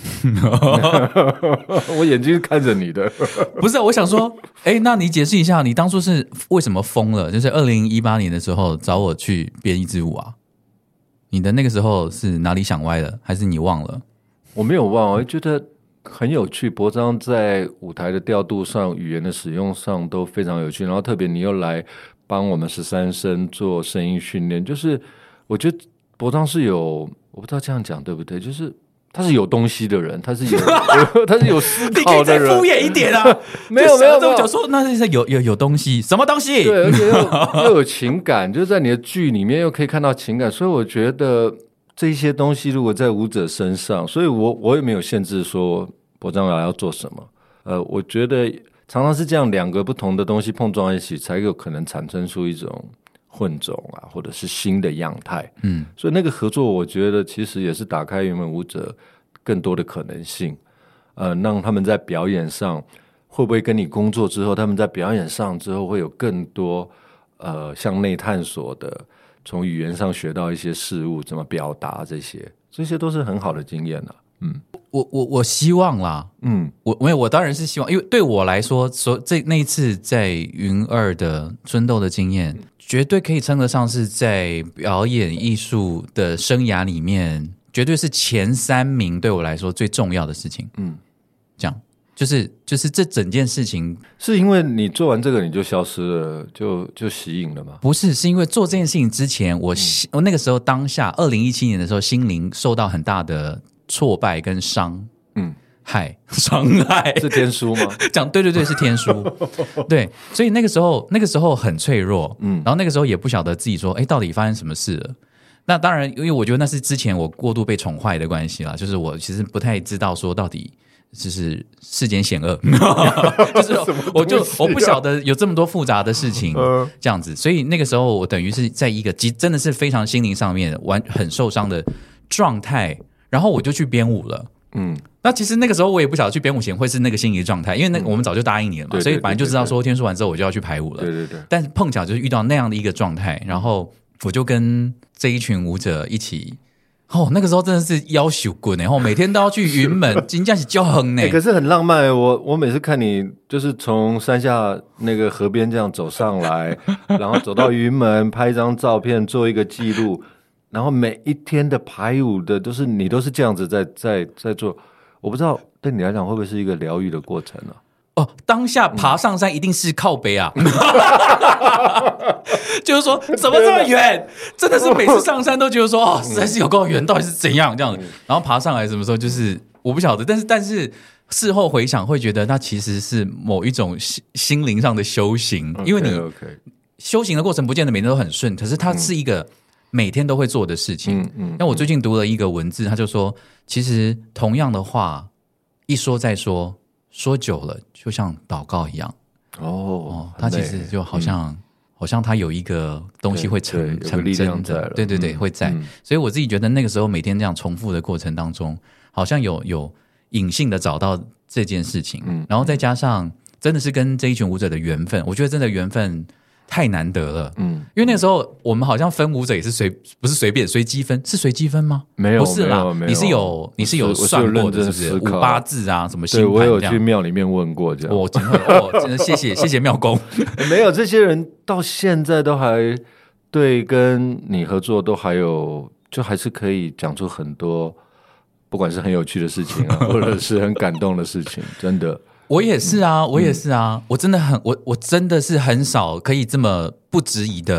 我眼睛看着你的不是我想说哎，那你解释一下你当初是为什么疯了，就是二零一八年的时候找我去编一支舞啊，你的那个时候是哪里想歪了还是你忘了？ 我没有忘，我觉得很有趣，博章在舞台的调度上语言的使用上都非常有趣，然后特别你又来帮我们十三声做声音训练，就是我觉得博章是有，我不知道这样讲对不对，就是他是有东西的人，他是有他是有思考的人。你可以再敷衍一点啊没有没有，这么久说那是有有有东西，什么东西？ 对，而且又又有情感，就是在你的剧里面又可以看到情感，所以我觉得这些东西如果在舞者身上，所以我我也没有限制说博章要做什么。呃，我觉得常常是这样，两个不同的东西碰撞一起，才有可能产生出一种混种啊，或者是新的样态。嗯，所以那个合作，我觉得其实也是打开原本舞者更多的可能性。呃，让他们在表演上会不会跟你工作之后，他们在表演上之后会有更多呃向内探索的，从语言上学到一些事物，怎么表达这些，这些都是很好的经验啊。嗯， 我我我希望啦，嗯，我我我当然是希望，因为对我来说，所这那一次在云二的春斗的经验。绝对可以称得上是在表演艺术的生涯里面，绝对是前三名对我来说最重要的事情。嗯，这样就是就是这整件事情， 是因为你做完这个你就消失了，就就息影了吗？ 不是，是因为做这件事情之前，我、嗯、我那个时候当下二零一七年的时候，心灵受到很大的挫败跟伤。嗯。害伤害是天书吗？ 讲对对对，是天书。对，所以那个时候那个时候很脆弱，嗯，然后那个时候也不晓得自己说，哎，到底发生什么事了？那当然，因为我觉得那是之前我过度被宠坏的关系啦，就是我其实不太知道说到底就是世间险恶，就是我就我不晓得有这么多复杂的事情这样子，所以那个时候我等于是在一个真的是非常心灵上面完很受伤的状态，然后我就去编舞了。嗯，那其实那个时候我也不晓得去编舞前会是那个心理状态，因为那我们早就答应你了嘛，嗯、所以本来就知道说天书完之后我就要去排舞了。 对对对。 但是碰巧就是遇到那样的一个状态，然后我就跟这一群舞者一起，哦，那个时候真的是腰手滚哎，然后每天都要去云门，真的是就很哎、 欸，可是很浪漫。我我每次看你就是从山下那个河边这样走上来，然后走到云门拍一张照片，做一个记录。然后每一天的排舞的都是你都是这样子在在在做，我不知道对你来讲会不会是一个疗愈的过程啊？ 哦，当下爬上山一定是靠北啊，嗯、就是说怎么这么远？真的是每次上山都觉得说哦，实在是有够远，到底是怎样这样？然后爬上来什么时候就是我不晓得，但是但是事后回想会觉得那其实是某一种心灵上的修行， okay, 因为你修行的过程不见得每天都很顺，可是它是一个。每天都会做的事情。嗯嗯。那我最近读了一个文字，他就说，其实同样的话，一说再说，说久了就像祷告一样。哦，哦他其实就好像、嗯，好像他有一个东西会成成真的，对对对，嗯、会在、嗯。所以我自己觉得那个时候每天这样重复的过程当中，好像有有隐性的找到这件事情，嗯，然后再加上真的是跟这一群舞者的缘分，我觉得真的缘分。太难得了，嗯，因为那个时候我们好像分舞者也是随不是随便随机分，是随机分吗？ 没有， 不是啦，你是有你是有算过的，是不是？五八字啊，什么星盘？ 对，我有去庙里面问过，这样。 我真的，哦，真的谢谢谢谢庙公。 没有，这些人到现在都还对跟你合作，都还有就还是可以讲出很多，不管是很有趣的事情啊，或者是很感动的事情，真的。 我也是啊，我也是啊，嗯、我真的很我我真的是很少可以这么不质疑的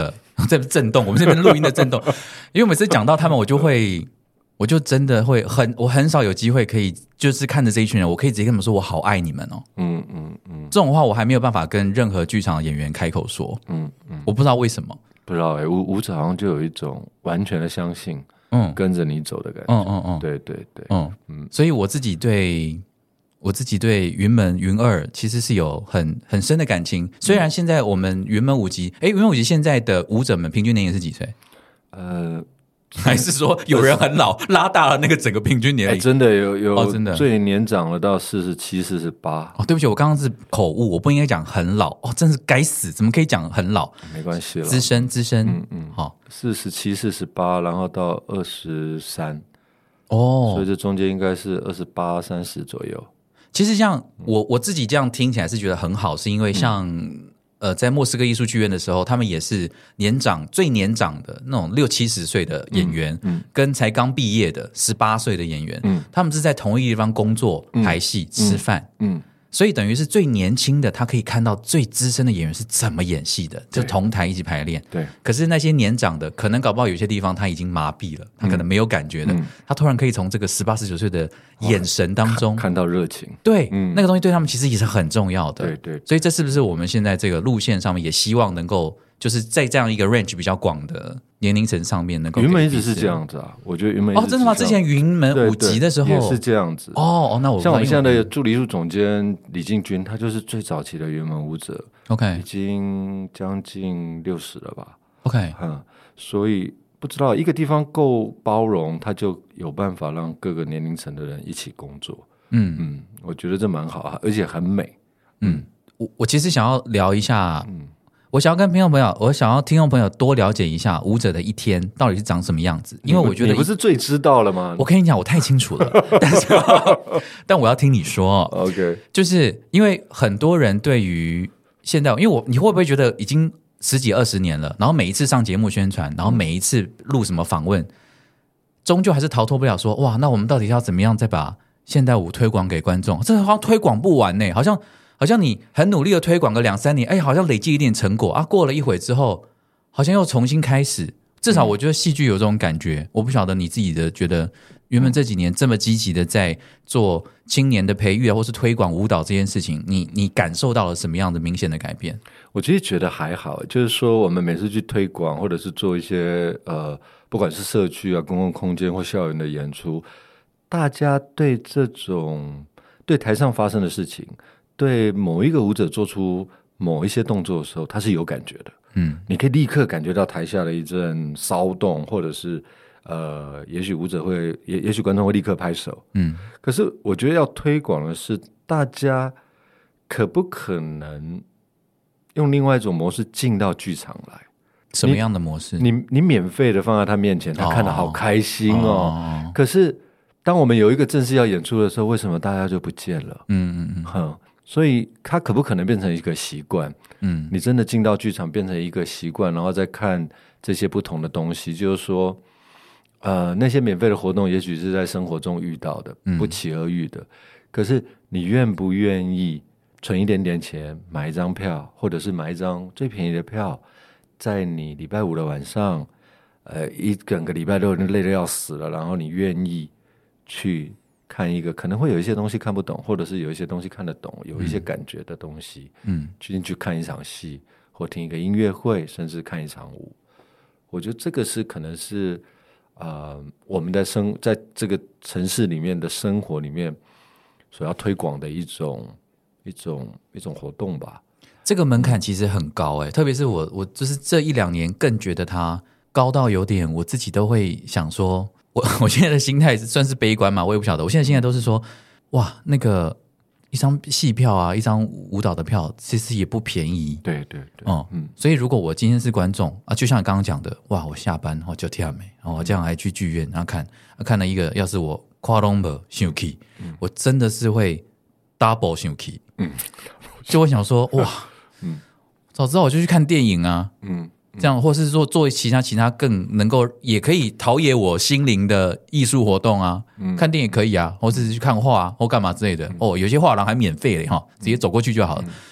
在震动，我们这边录音的震动，因为每次讲到他们，我就会，我就真的会很，我很少有机会可以，就是看着这一群人，我可以直接跟他们说，我好爱你们哦。嗯嗯嗯，这种话我还没有办法跟任何剧场的演员开口说。嗯嗯，我不知道为什么， 不知道哎、欸，舞舞者好像就有一种完全的相信，嗯，跟着你走的感觉。嗯嗯嗯，对对对， 嗯嗯，所以我自己对。我自己对云门云二其实是有很很深的感情，虽然现在我们云门舞集，哎，云门舞集现在的舞者们平均年龄是几岁？呃，还是说有人很老，拉大了那个整个平均年龄？ 真的有有、 哦，真的最年长了到四十七、四十八。 哦，对不起，我刚刚是口误，我不应该讲很老哦，真是该死，怎么可以讲很老？ 没关系了， 资深资深，嗯嗯，好，四十七、四十八，然后到二十三， 哦， 所以这中间应该是二十八、三十左右。 其实像我我自己这样听起来是觉得很好，是因为像、嗯、呃在莫斯科艺术剧院的时候，他们也是年长最年长的那种六七十岁的演员，嗯嗯、跟才刚毕业的十八岁的演员，嗯、他们是在同一个地方工作、嗯、排戏、吃饭。嗯嗯所以等于是最年轻的，他可以看到最资深的演员是怎么演戏的，就同台一起排练。 对。 可是那些年长的，可能搞不好有些地方他已经麻痹了，他可能没有感觉的，嗯、他突然可以从这个十八、十九岁的眼神当中、哦、 看, 看到热情。 对、嗯，那个东西对他们其实也是很重要的。 对 对, 对。 所以这是不是我们现在这个路线上面也希望能够，就是在这样一个 range 比较广的年龄层上面能够？ 云门一直是这样子啊，我觉得云门哦，真的吗？之前云门五集的时候也是这样子。 哦哦，那我像我们现在的助理艺术总监李进军，他就是最早期的云门舞者 ，OK， 已经将近六十了吧 ，OK， 嗯，所以不知道一个地方够包容，他就有办法让各个年龄层的人一起工作。嗯嗯，我觉得这蛮好啊，而且很美。 嗯，我我其实想要聊一下，嗯。我想要跟听众朋友，我想要听众朋友多了解一下舞者的一天到底是长什么样子，因为我觉得你, 你不是最知道了吗？ 我跟你讲，我太清楚了，但是但我要听你说 ，OK， 就是因为很多人对于现在，因为我你会不会觉得已经十几二十年了，然后每一次上节目宣传，然后每一次录什么访问，终究还是逃脱不了说，哇，那我们到底要怎么样再把现代舞推广给观众？这好像推广不完呢，好像。好像你很努力的推广个两三年，哎，好像累积一点成果啊，过了一会之后，好像又重新开始。至少我觉得戏剧有这种感觉，我不晓得你自己的觉得，原本这几年这么积极的在做青年的培育啊，或是推广舞蹈这件事情，你你感受到了什么样的明显的改变？ 我其实觉得还好，就是说我们每次去推广，或者是做一些呃，不管是社区啊、公共空间或校园的演出，大家对这种对台上发生的事情。对某一个舞者做出某一些动作的时候，他是有感觉的。嗯，你可以立刻感觉到台下的一阵骚动，或者是呃，也许舞者会，也也许观众会立刻拍手。嗯，可是我觉得要推广的是，大家可不可能用另外一种模式进到剧场来？ 什么样的模式？ 你你, 你免费的放在他面前，他看得好开心哦。哦可是当我们有一个正式要演出的时候，为什么大家就不见了？嗯嗯嗯，哼。所以它可不可能变成一个习惯？嗯，你真的进到剧场变成一个习惯，然后再看这些不同的东西，就是说，呃，那些免费的活动也许是在生活中遇到的，不期而遇的。嗯、可是你愿不愿意存一点点钱买一张票，或者是买一张最便宜的票，在你礼拜五的晚上，呃，一整个礼拜六累得要死了，然后你愿意去。看一个可能会有一些东西看不懂，或者是有一些东西看得懂，有一些感觉的东西，嗯，去进去看一场戏，或听一个音乐会，甚至看一场舞。我觉得这个是可能是呃我们在生在这个城市里面的生活里面所要推广的一种一种一种活动吧。 这个门槛其实很高哎、欸，特别是我我就是这一两年更觉得它高到有点，我自己都会想说。我我现在的心态算是悲观嘛，我也不晓得。我现在现在都是说，哇，那个一张戏票啊，一张舞蹈的票，其实也不便宜。 对对对， 哦、嗯，所以如果我今天是观众啊，就像你刚刚讲的，哇，我下班哦就跳没，然后这样还去剧院，然后看、啊、看了一个，要是我跨东的生气，我真的是会 double 生气，嗯，就我想说，哇，嗯，早知道我就去看电影啊，嗯。这样，或是说做其他其他更能够也可以陶冶我心灵的艺术活动啊，嗯、看电影可以啊，或是去看画、啊、或干嘛之类的。嗯、哦，有些画廊还免费嘞哈，直接走过去就好了。嗯、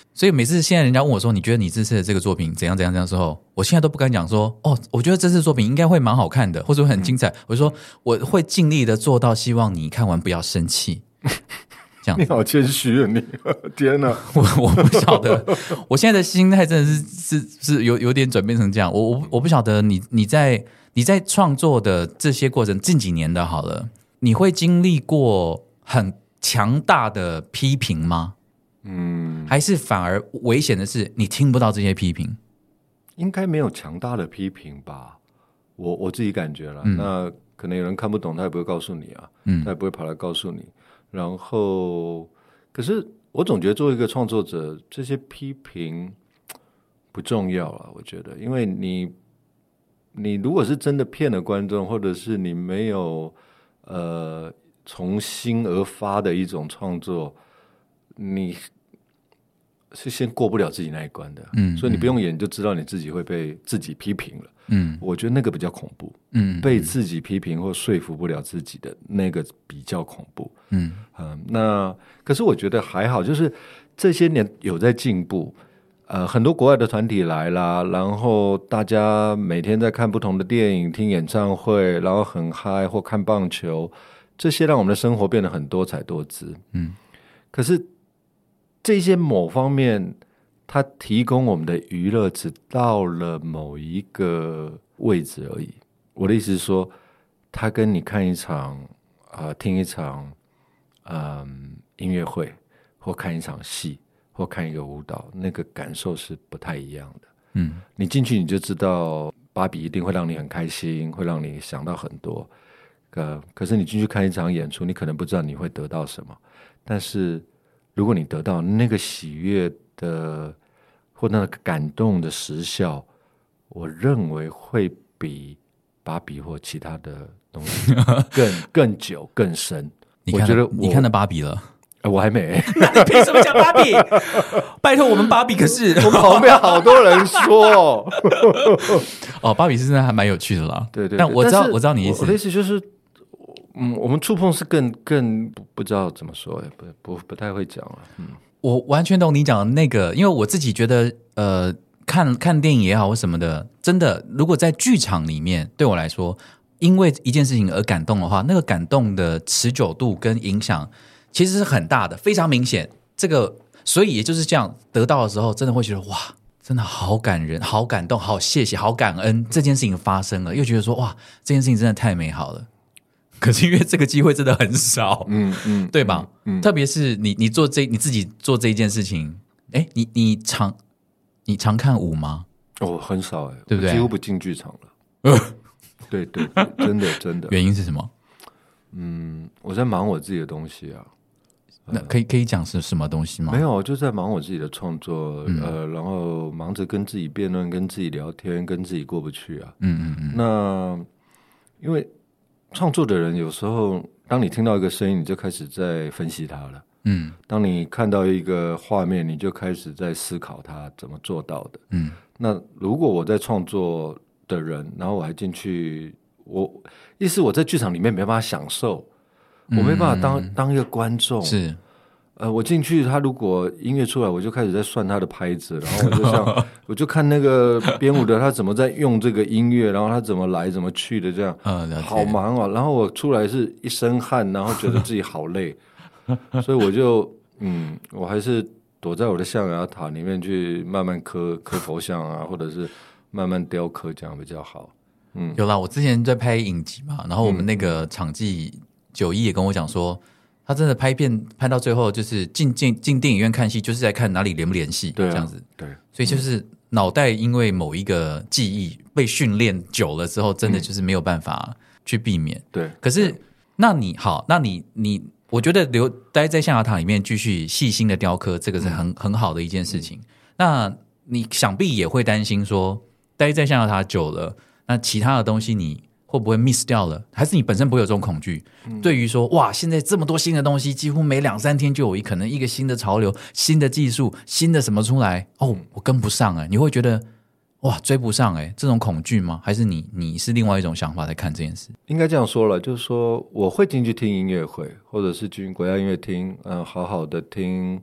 所以每次现在人家问我说你觉得你这次的这个作品怎样怎样怎样的时候，我现在都不敢讲说哦，我觉得这次作品应该会蛮好看的，或者会很精彩、嗯、我就说我会尽力的做到，希望你看完不要生气。这样你好谦虚啊你，天哪！ 我我不晓得，我现在的心态真的是是是有有点转变成这样。我我我不晓得你你在你在创作的这些过程，近几年的好了，你会经历过很强大的批评吗？嗯，还是反而危险的是你听不到这些批评？ 应该没有强大的批评吧，我我自己感觉了、嗯。那可能有人看不懂，他也不会告诉你啊，嗯，他也不会跑来告诉你。然后，可是我总觉得作为一个创作者，这些批评不重要了。我觉得，因为你你如果是真的骗了观众，或者是你没有呃从心而发的一种创作。你是先过不了自己那一关的，嗯，所以你不用演就知道你自己会被自己批评了，嗯，我觉得那个比较恐怖，嗯，被自己批评或说服不了自己的那个比较恐怖，嗯嗯，那可是我觉得还好，就是这些年有在进步，呃，很多国外的团体来啦，然后大家每天在看不同的电影、听演唱会，然后很嗨或看棒球，这些让我们的生活变得很多彩多姿，嗯，可是。这些某方面它提供我们的娱乐只到了某一个位置而已。我的意思是说，它跟你看一场、呃、听一场、呃、音乐会，或看一场戏，或看一个舞蹈，那个感受是不太一样的。嗯，你进去你就知道芭比一定会让你很开心，会让你想到很多、呃、可是你进去看一场演出，你可能不知道你会得到什么，但是如果你得到那个喜悦的或那个感动的时效，我认为会比芭比或其他的东西更更久更深。 你看，我觉得你看到芭比了？ 呃、我还没。 那你凭什么讲芭比？拜托，我们芭比可是我们旁边好多人说哦，芭比是真的还蛮有趣的啦。 对 对, 对， 但我知道我知道你意思。 我的意思就是。嗯，我们触碰是更更不不知道怎么说，不不不太会讲了。嗯， 我完全懂你讲的那个，因为我自己觉得，呃，看看电影也好或什么的，真的，如果在剧场里面，对我来说，因为一件事情而感动的话，那个感动的持久度跟影响其实是很大的，非常明显。这个，所以也就是这样，得到的时候，真的会觉得哇，真的好感人，好感动，好谢谢，好感恩，这件事情发生了，又觉得说哇，这件事情真的太美好了。可是因为这个机会真的很少，嗯嗯，对吧？嗯嗯、特别是你你做这你自己做这一件事情，哎，你你常你常看舞吗？ 哦，很少哎， 对不对？ 几乎不进剧场了。对对对，真的真的。 原因是什么？ 嗯，我在忙我自己的东西啊。 那可以可以讲是什么东西吗？ 没有，就在忙我自己的创作，嗯、呃，然后忙着跟自己辩论，跟自己聊天，跟自己过不去啊。嗯嗯嗯。那因为。创作的人有时候，当你听到一个声音，你就开始在分析它了。嗯，当你看到一个画面，你就开始在思考它怎么做到的。嗯，那如果我在创作的人，然后我还进去，我意思我在剧场里面没办法享受，我没办法当、嗯、当一个观众。 是。 呃，我进去，他如果音乐出来，我就开始在算他的拍子，然后我就像我就看那个编舞的他怎么在用这个音乐，然后他怎么来怎么去的，这样，嗯，好忙哦。然后我出来是一身汗，然后觉得自己好累，所以我就嗯，我还是躲在我的象牙塔里面去慢慢刻刻佛像啊，或者是慢慢雕刻，这样比较好。嗯， 有啦，我之前在拍影集嘛，然后我们那个场记九一也跟我讲说。他真的拍片拍到最后，就是进进进电影院看戏，就是在看哪里连不连戏， 对、啊， 这样子。 对， 所以就是脑袋因为某一个记忆被训练久了之后，真的就是没有办法去避免。嗯、 对， 可是那你好，那你你，我觉得留待在象牙塔里面继续细心的雕刻，这个是很、嗯、很好的一件事情。嗯、那你想必也会担心说，待在象牙塔久了，那其他的东西你。会不会 miss 掉了？还是你本身不会有这种恐惧？嗯、对于说哇，现在这么多新的东西，几乎每两三天就有一可能一个新的潮流、新的技术、新的什么出来，哦，我跟不上哎、欸，你会觉得哇追不上哎、欸，这种恐惧吗？还是你你是另外一种想法在看这件事？ 应该这样说了，就是说我会进去听音乐会，或者是进国家音乐厅，嗯、呃，好好的听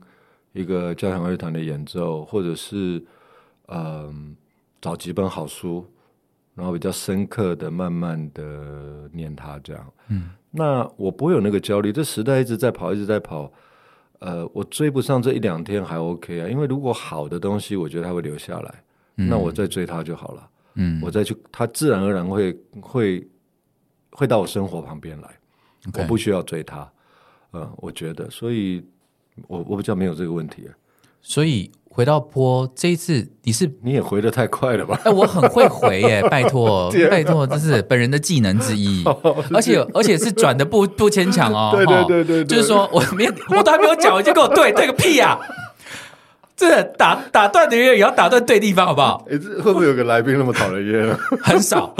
一个交响乐团的演奏，或者是嗯、呃、找几本好书，然后比较深刻的慢慢的念它这样。嗯，那我不会有那个焦虑，这时代一直在跑一直在跑，呃，我追不上这一两天还 OK 啊，因为如果好的东西我觉得它会留下来，嗯、那我再追它就好了。嗯，我再去它自然而然会会会到我生活旁边来， okay. 我不需要追它。呃，我觉得所以我我比较没有这个问题。 所以回到波这一次你是你也回得太快了吧？ 哎，我很会回耶，拜托拜托，这是本人的技能之一，而且而且是转的不不牵强哦。 对对对 对, 对， 就是说我没我都还没有讲，我就跟我对对个屁啊！这打打断的人也要打断对地方，好不好？ 欸、会不会有个来宾那么讨人厌啊？ 很少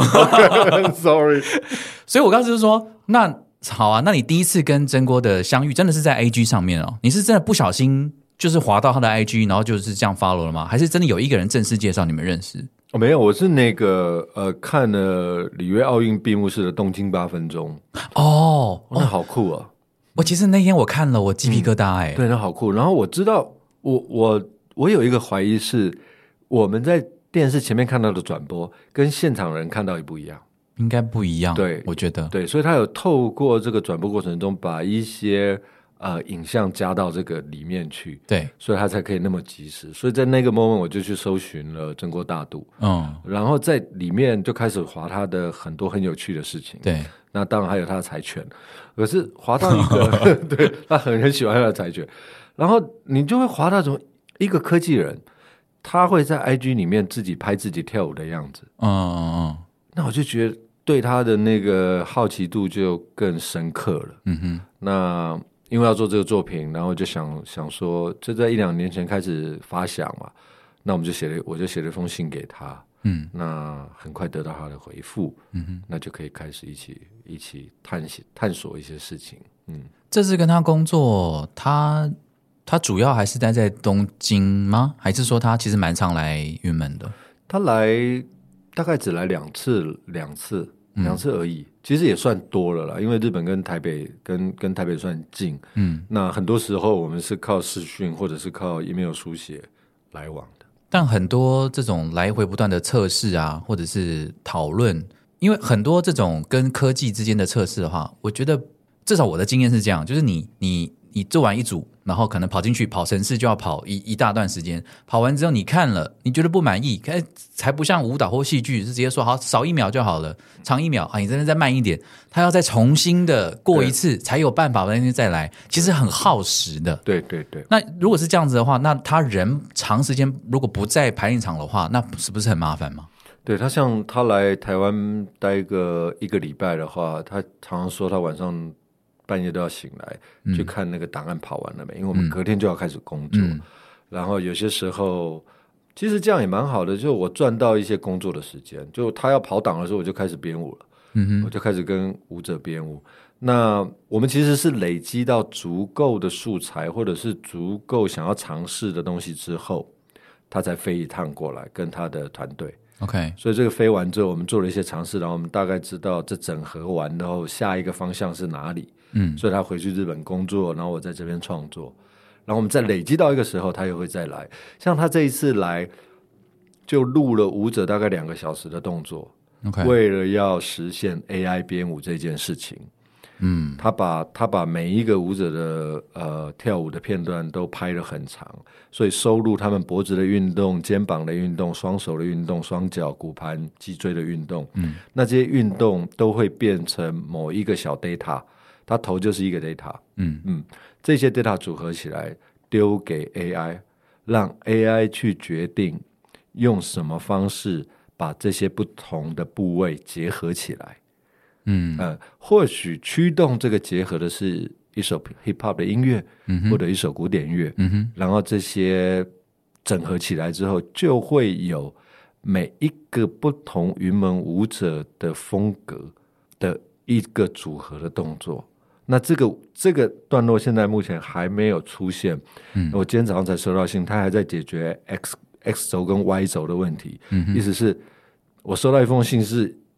，sorry。 所以我刚才就是说，那好啊，那你第一次跟真锅的相遇，真的是在 I G 上面哦？你是真的不小心就是滑到他的 I G， 然后就是这样 follow 了吗？还是真的有一个人正式介绍你们认识？ 哦，没有，我是那个呃看了里约奥运闭幕式的东京八分钟。 哦， 那好酷啊！ 我其实那天我看了，我鸡皮疙瘩哎、欸嗯， 对，那好酷。然后我知道。我我我有一个怀疑是，我们在电视前面看到的转播跟现场人看到也不一样， 应该不一样。 对， 我觉得对，所以他有透过这个转播过程中，把一些呃影像加到这个里面去， 对， 所以他才可以那么及时。所以在那个 moment 我就去搜寻了真锅大度， 嗯， 然后在里面就开始滑他的很多很有趣的事情， 对， 那当然还有他的柴犬，可是滑到一个对他很很喜欢他的柴犬。然后你就会滑到什么一个科技人，他会在 I G 里面自己拍自己跳舞的样子， 嗯嗯嗯， 那我就觉得对他的那个好奇度就更深刻了。嗯哼，那因为要做这个作品，然后就想想说，这在一两年前开始发想嘛，那我们就写了，我就写了一封信给他，嗯，那很快得到他的回复，嗯哼，那就可以开始一起一起探探索一些事情。嗯， 这次跟他工作，他。他主要还是待在东京吗？还是说他其实蛮常来云门的？ 他来大概只来两次，两次，两次而已。嗯、其实也算多了啦，因为日本跟台北跟跟台北算近。嗯，那很多时候我们是靠视讯或者是靠 email 书写来往的。 但很多这种来回不断的测试啊，或者是讨论，因为很多这种跟科技之间的测试的话，我觉得至少我的经验是这样，就是你你。你做完一组，然后可能跑进去跑程式就要跑一一大段时间，跑完之后你看了，你觉得不满意，才不像舞蹈或戏剧是直接说好少一秒就好了，长一秒啊，你真的再慢一点，他要再重新的过一次才有办法那天再来，其实很耗时的。 对对对。 那如果是这样子的话，那他人长时间如果不在排练场的话，那是不是很麻烦吗？ 对，他像他来台湾待个一个礼拜的话，他常常说他晚上半夜都要醒来、嗯、去看那个档案跑完了没，因为我们隔天就要开始工作、嗯、然后有些时候其实这样也蛮好的，就我赚到一些工作的时间，就他要跑档的时候我就开始编舞了、嗯、我就开始跟舞者编舞。那我们其实是累积到足够的素材或者是足够想要尝试的东西之后，他才飞一趟过来跟他的团队。 OK， 所以这个飞完之后我们做了一些尝试，然后我们大概知道这整合完然后下一个方向是哪里。嗯，所以他回去日本工作，然后我在这边创作，然后我们再累积到一个时候他又会再来。像他这一次来就录了舞者大概两个小时的动作、okay. 为了要实现 A I 编舞这件事情。嗯，他把他把每一个舞者的呃跳舞的片段都拍得很长，所以收录他们脖子的运动、肩膀的运动、双手的运动、双脚、骨盘、脊椎的运动。嗯，那这些运动都会变成某一个小 data， 它头就是一个 data。嗯嗯，这些 data 组合起来丢给 A I， 让 A I 去决定用什么方式把这些不同的部位结合起来。嗯呃，或许驱动这个结合的是一首 hip hop 的音乐、嗯、或者一首古典乐、嗯哼，然后这些整合起来之后就会有每一个不同云门舞者的风格的一个组合的动作。那这个这个段落现在目前还没有出现、嗯、我今天早上才收到信，他还在解决 X, X 轴跟 Y 轴的问题、嗯、意思是我收到一封信是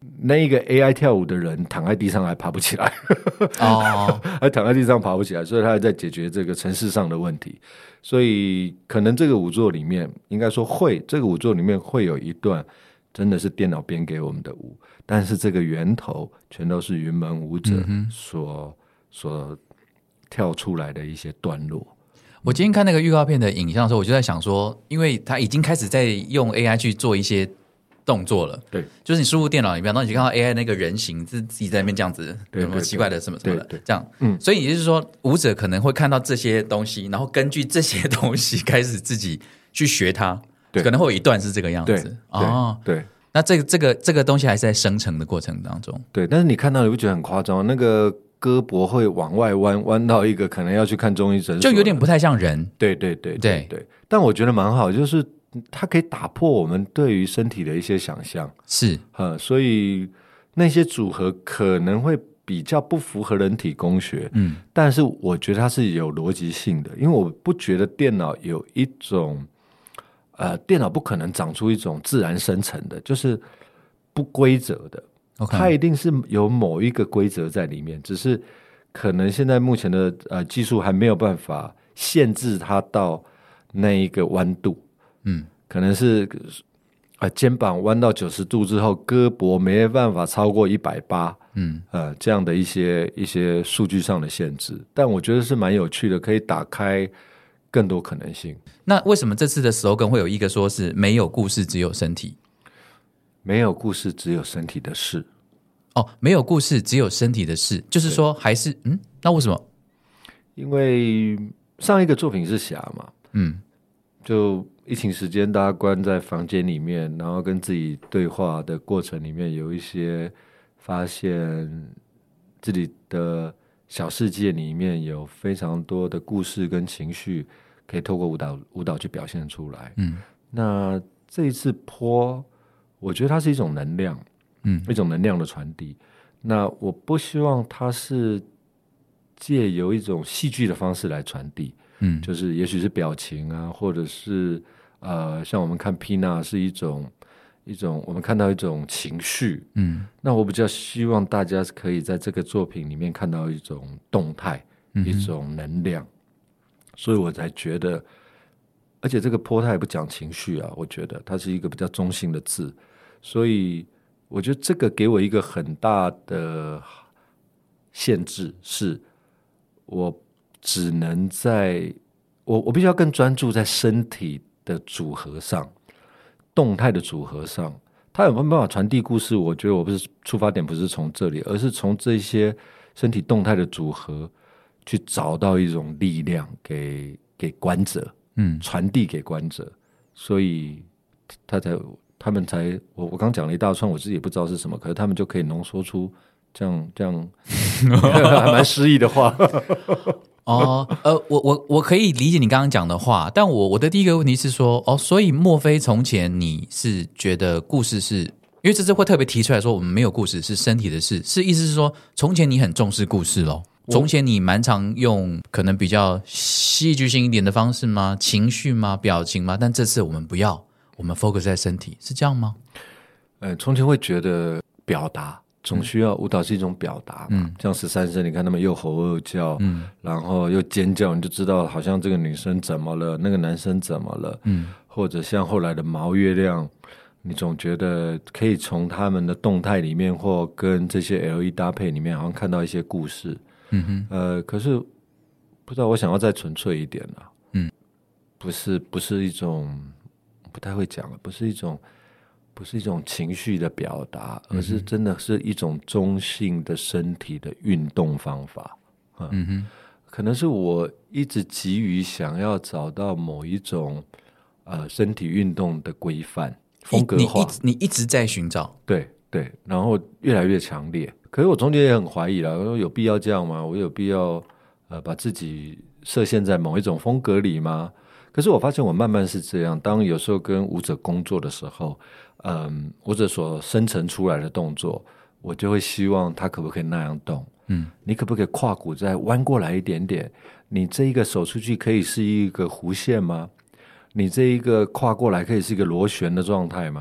那一个 A I 跳舞的人躺在地上还爬不起来哦， 还躺在地上爬不起来，所以他还在解决这个程式上的问题。所以可能这个舞作里面，应该说会这个舞作里面会有一段真的是电脑编给我们的舞，但是这个源头全都是云门舞者所、嗯、所跳出来的一些段落。 我今天看那个预告片的影像的时候，我就在想说，因为他已经开始在用 A I 去做一些动作了，对，就是你输入电脑里面，然后你看到 A I 那个人形是自己在那边这样子，有没有奇怪的什么什么的，对对对这样，嗯，所以也就是说，舞者可能会看到这些东西，然后根据这些东西开始自己去学它，可能会有一段是这个样子，哦，对，那这个这个这个东西还是在生成的过程当中， 对，但是你看到你不觉得很夸张？那个胳膊会往外弯，弯到一个可能要去看中医诊所， 就有点不太像人， 对对对对 对, 对，但我觉得蛮好，就是。它可以打破我们对于身体的一些想象， 是， 嗯，所以那些组合可能会比较不符合人体工学，嗯，但是我觉得它是有逻辑性的，因为我不觉得电脑有一种，呃，电脑不可能长出一种自然生成的，就是不规则的， okay. 它一定是有某一个规则在里面，只是可能现在目前的呃技术还没有办法限制它到那一个弯度。嗯，可能是呃肩膀弯到九十度之后，胳膊没办法超过一百八十，嗯，呃这样的一些一些数据上的限制，但我觉得是蛮有趣的，可以打开更多可能性。 那为什么这次的 slogan 会有一个说是没有故事只有身体？ 没有故事只有身体的事。 哦，没有故事只有身体的事，就是说还是嗯，那为什么？ 因为上一个作品是侠嘛，嗯，就疫情时间，大家关在房间里面，然后跟自己对话的过程里面，有一些发现自己的小世界里面有非常多的故事跟情绪，可以透过舞蹈舞蹈去表现出来。嗯，那这一次坡，我觉得它是一种能量，嗯，一种能量的传递。那我不希望它是借由一种戏剧的方式来传递。嗯，就是也许是表情啊，或者是呃，像我们看 Pina 是一种一种我们看到一种情绪，嗯，那我比较希望大家可以在这个作品里面看到一种动态，嗯、一种能量，所以我才觉得，而且这个坡它也不讲情绪啊，我觉得它是一个比较中性的字，所以我觉得这个给我一个很大的限制，是我。只能在我我必须要更专注在身体的组合上，动态的组合上，它有没有办法传递故事？我觉得我不是出发点不是从这里，而是从这些身体动态的组合去找到一种力量给给观者，嗯，传递给观者，所以他才他们才我我刚讲了一大串，我自己也不知道是什么，可是他们就可以浓缩出这样这样还蛮诗意的话。 哦，呃，我我我可以理解你刚刚讲的话，但我我的第一个问题是说，哦，所以莫非从前你是觉得故事是，因为这次会特别提出来说，我们没有故事是身体的事，是意思是说，从前你很重视故事咯，从前你蛮常用可能比较戏剧性一点的方式吗？情绪吗？表情吗？但这次我们不要，我们 focus 在身体，是这样吗？ 呃，从前会觉得表达。总需要舞蹈是一种表达嘛，嗯，像十三声，你看他们又吼又叫，嗯，然后又尖叫，你就知道好像这个女生怎么了，那个男生怎么了，嗯，或者像后来的毛月亮，你总觉得可以从他们的动态里面或跟这些 L E 搭配里面，好像看到一些故事，嗯哼，呃，可是不知道我想要再纯粹一点啊，嗯，不是不是一种不太会讲了，不是一种。不是一种情绪的表达，而是真的是一种中性的身体的运动方法。嗯, 嗯哼，可能是我一直急于想要找到某一种呃身体运动的规范风格化， 你 一, 你一直在寻找， 对对，然后越来越强烈。可是我中间也很怀疑啦，我说有必要这样吗？我有必要呃把自己设限在某一种风格里吗？可是我发现我慢慢是这样，当有时候跟舞者工作的时候。嗯，舞者所生成出来的动作，我就会希望他可不可以那样动？嗯，你可不可以胯骨再弯过来一点点？你这一个手出去可以是一个弧线吗？你这一个跨过来可以是一个螺旋的状态吗？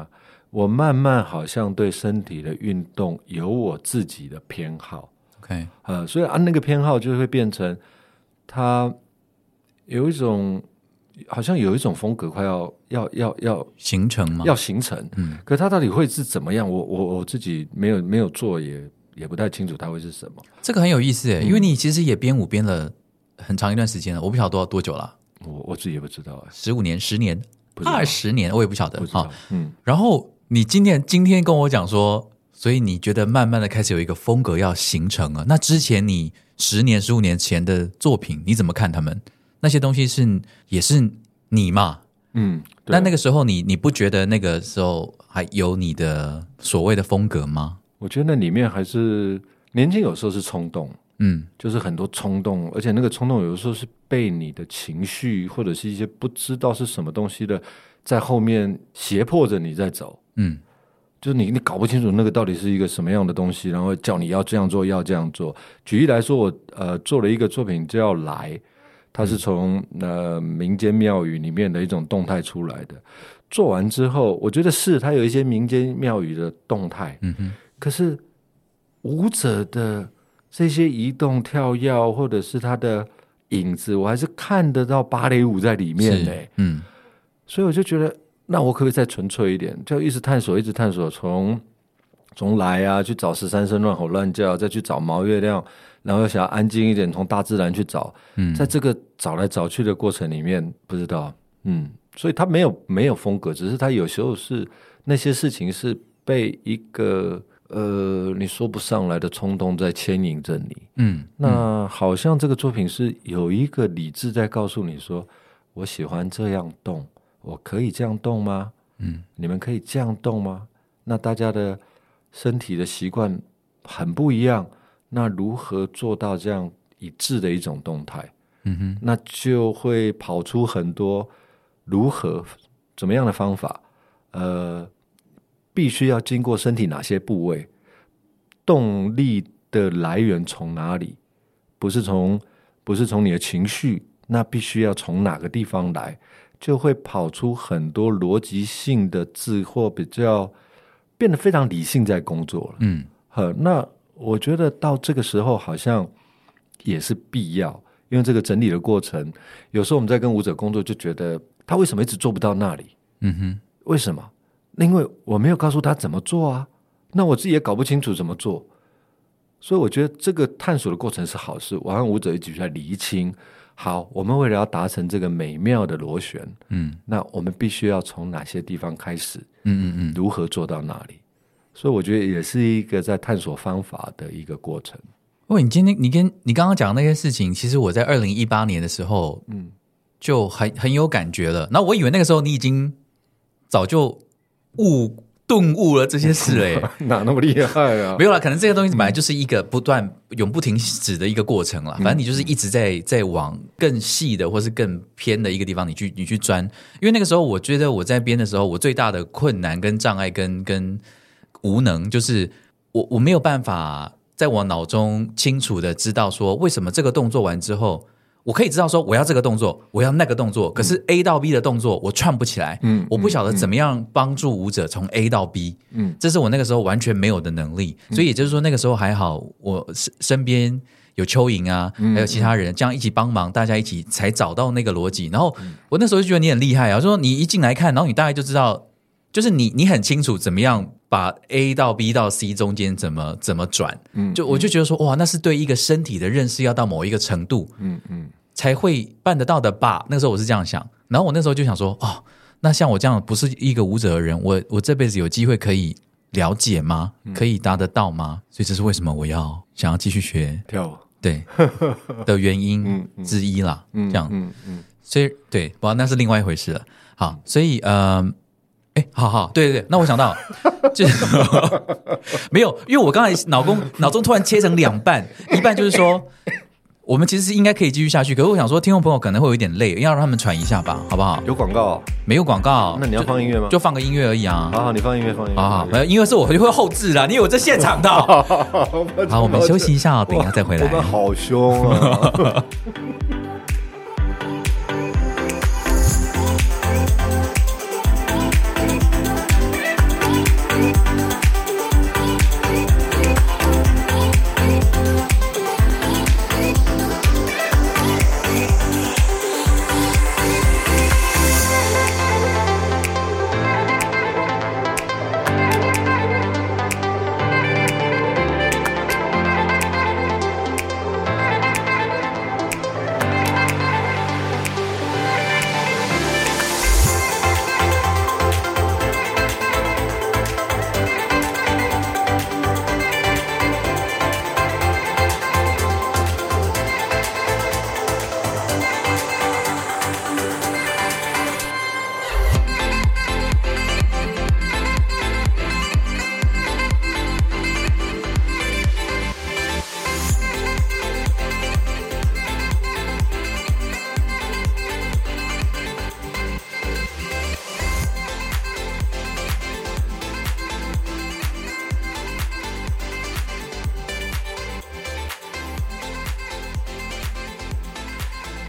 我慢慢好像对身体的运动有我自己的偏好。 OK， 呃，所以啊，那个偏好就会变成它有一种好像有一种风格快要要要要形成吗？ 要形成， 嗯， 可它到底会是怎么样？我我我自己没有没有做也，也也不太清楚它会是什么。 这个很有意思诶、 嗯， 因为你其实也编舞编了很长一段时间了，我不晓得多多久了， 我我自己也不知道哎， 十五年、十年、二十年，我也不晓得。 好，嗯。 然后你今天今天跟我讲说，所以你觉得慢慢的开始有一个风格要形成了。那之前你十年、十五年前的作品，你怎么看他们？那些东西是也是你嘛？ 嗯， 那那个时候你你不觉得那个时候还有你的所谓的风格吗？ 我觉得那里面还是年轻，有时候是冲动， 嗯， 就是很多冲动，而且那个冲动有的时候是被你的情绪或者是一些不知道是什么东西的，在后面胁迫着你在走， 嗯， 就是你你搞不清楚那个到底是一个什么样的东西，然后叫你要这样做，要这样做。举例来说，我呃做了一个作品叫《来》，它是从呃民间庙宇里面的一种动态出来的。做完之后，我觉得是它有一些民间庙宇的动态， 嗯哼， 可是舞者的这些移动跳跃或者是他的影子，我还是看得到芭蕾舞在里面的、欸。 嗯， 所以我就觉得，那我可不可以再纯粹一点？就一直探索，一直探索，从从来啊去找十三声乱吼乱叫，再去找毛月亮，然后又想要安静一点，从大自然去找。嗯，在这个找来找去的过程里面，不知道，嗯，所以他没有没有风格，只是他有时候是那些事情是被一个呃你说不上来的冲动在牵引着你。嗯，那好像这个作品是有一个理智在告诉你说，我喜欢这样动，我可以这样动吗？嗯，你们可以这样动吗？那大家的身体的习惯很不一样，那如何做到这样一致的一种动态？嗯哼，那就会跑出很多如何怎么样的方法，呃，必须要经过身体哪些部位，动力的来源从哪里？不是从不是从你的情绪，那必须要从哪个地方来？就会跑出很多逻辑性的字，或比较变得非常理性在工作了。嗯，好，那我觉得到这个时候好像也是必要，因为这个整理的过程，有时候我们在跟舞者工作，就觉得他为什么一直做不到那里？嗯哼，为什么？因为我没有告诉他怎么做啊，那我自己也搞不清楚怎么做，所以我觉得这个探索的过程是好事，我和舞者一起去厘清。好，我们为了要达成这个美妙的螺旋，嗯，那我们必须要从哪些地方开始？嗯嗯嗯，如何做到那里？所以我觉得也是一个在探索方法的一个过程。 因为你今天你跟你刚刚讲的那些事情，其实我在二零一八年的时候，嗯，就很很有感觉了。那我以为那个时候你已经早就悟顿悟了这些事了耶， 哪那么厉害啊？ 没有啦，可能这个东西本来就是一个不断永不停止的一个过程啦。反正你就是一直在在往更细的或是更偏的一个地方你去你去钻。因为那个时候我觉得我在编的时候，我最大的困难跟障碍跟跟无能，就是我我没有办法在我脑中清楚的知道说，为什么这个动作完之后，我可以知道说我要这个动作，我要那个动作，可是 A 到 B 的动作我串不起来，嗯，我不晓得怎么样帮助舞者从 A 到 B， 嗯，这是我那个时候完全没有的能力，所以也就是说那个时候还好，我身边有蚯蚓啊，还有其他人这样一起帮忙，大家一起才找到那个逻辑。然后我那时候就觉得你很厉害啊，说你一进来看，然后你大概就知道，就是你你很清楚怎么样把 A 到 B 到 C 中间怎么怎么转，嗯，就我就觉得说哇，那是对一个身体的认识要到某一个程度，嗯嗯，才会办得到的吧。那个时候我是这样想，然后我那时候就想说，哦，那像我这样不是一个舞者的人，我我这辈子有机会可以了解吗？可以达得到吗？所以这是为什么我要想要继续学跳舞， 对的原因之一啦。嗯、这样，嗯嗯，所以对，哇，那是另外一回事了。好，所以呃。哎，好好，对对对，那我想到，就是没有，因为我刚才脑中脑中突然切成两半，一半就是说，我们其实应该可以继续下去，可是我想说，听众朋友可能会有一点累，要让他们喘一下吧，好不好？ 有广告？ 没有广告， 那你要放音乐吗？ 就, 就放个音乐而已啊。 好好，你放音乐，放音乐。 好好，没有音乐是我就会后置啦，你以为我这现场的？好，我们休息一下，等一下再回来。 我们好凶啊！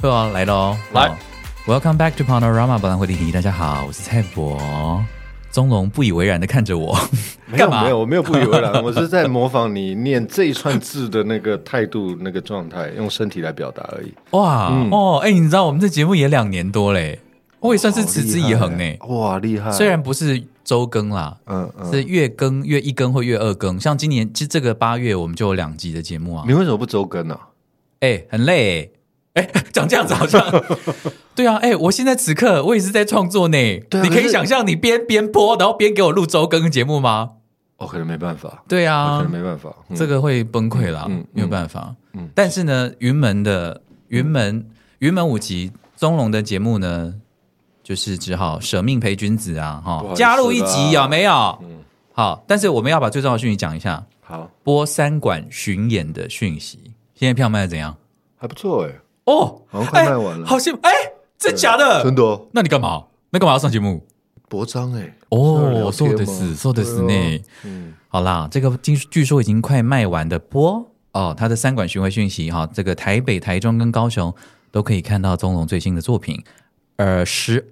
对啊，来喽， 来 ，Welcome back to Panorama 博览会离题，大家好，我是蔡博。宗龙不以为然的看着我，干嘛？ 没有，我没有不以为然，我是在模仿你念这一串字的那个态度、那个状态，用身体来表达而已。 哇、嗯、哦，哎、欸，你知道我们这节目也两年多嘞，我也算是持之以恒呢。 哇，厉害！ 虽然不是周更啦，嗯嗯，是月更、月一更或月二更。像今年，其实这个八月我们就有两集的节目啊。 你为什么不周更啊？ 哎、欸，很累哎、欸。哎，讲这样子好像，对啊，哎，我现在此刻我也是在创作呢。你可以想象你边边播，然后边给我录周更节目吗？ 哦，可能没办法。 对啊， 可能没办法，嗯、 这个会崩溃啦，嗯、没有办法。嗯，但是呢，云门的云门、嗯、云门舞集宗龙的节目呢，就是只好舍命陪君子啊，哈、哦，加入一集有没有？嗯，好，但是我们要把最重要的讯息讲一下。 好， 播三馆巡演的讯息，现在票卖的怎样？ 还不错哎、欸。 哦， 好像快卖完了， 欸、好羡慕！哎、欸，真假的？ 真的、哦？ 那你干嘛？那干嘛要上节目？ 博章哎！ 哦，そうです，そうですね。嗯，好啦，这个据说已经快卖完的播哦，他的三馆巡回讯息哈，这个台北、台中跟高雄都可以看到宗龙最新的作品。呃，十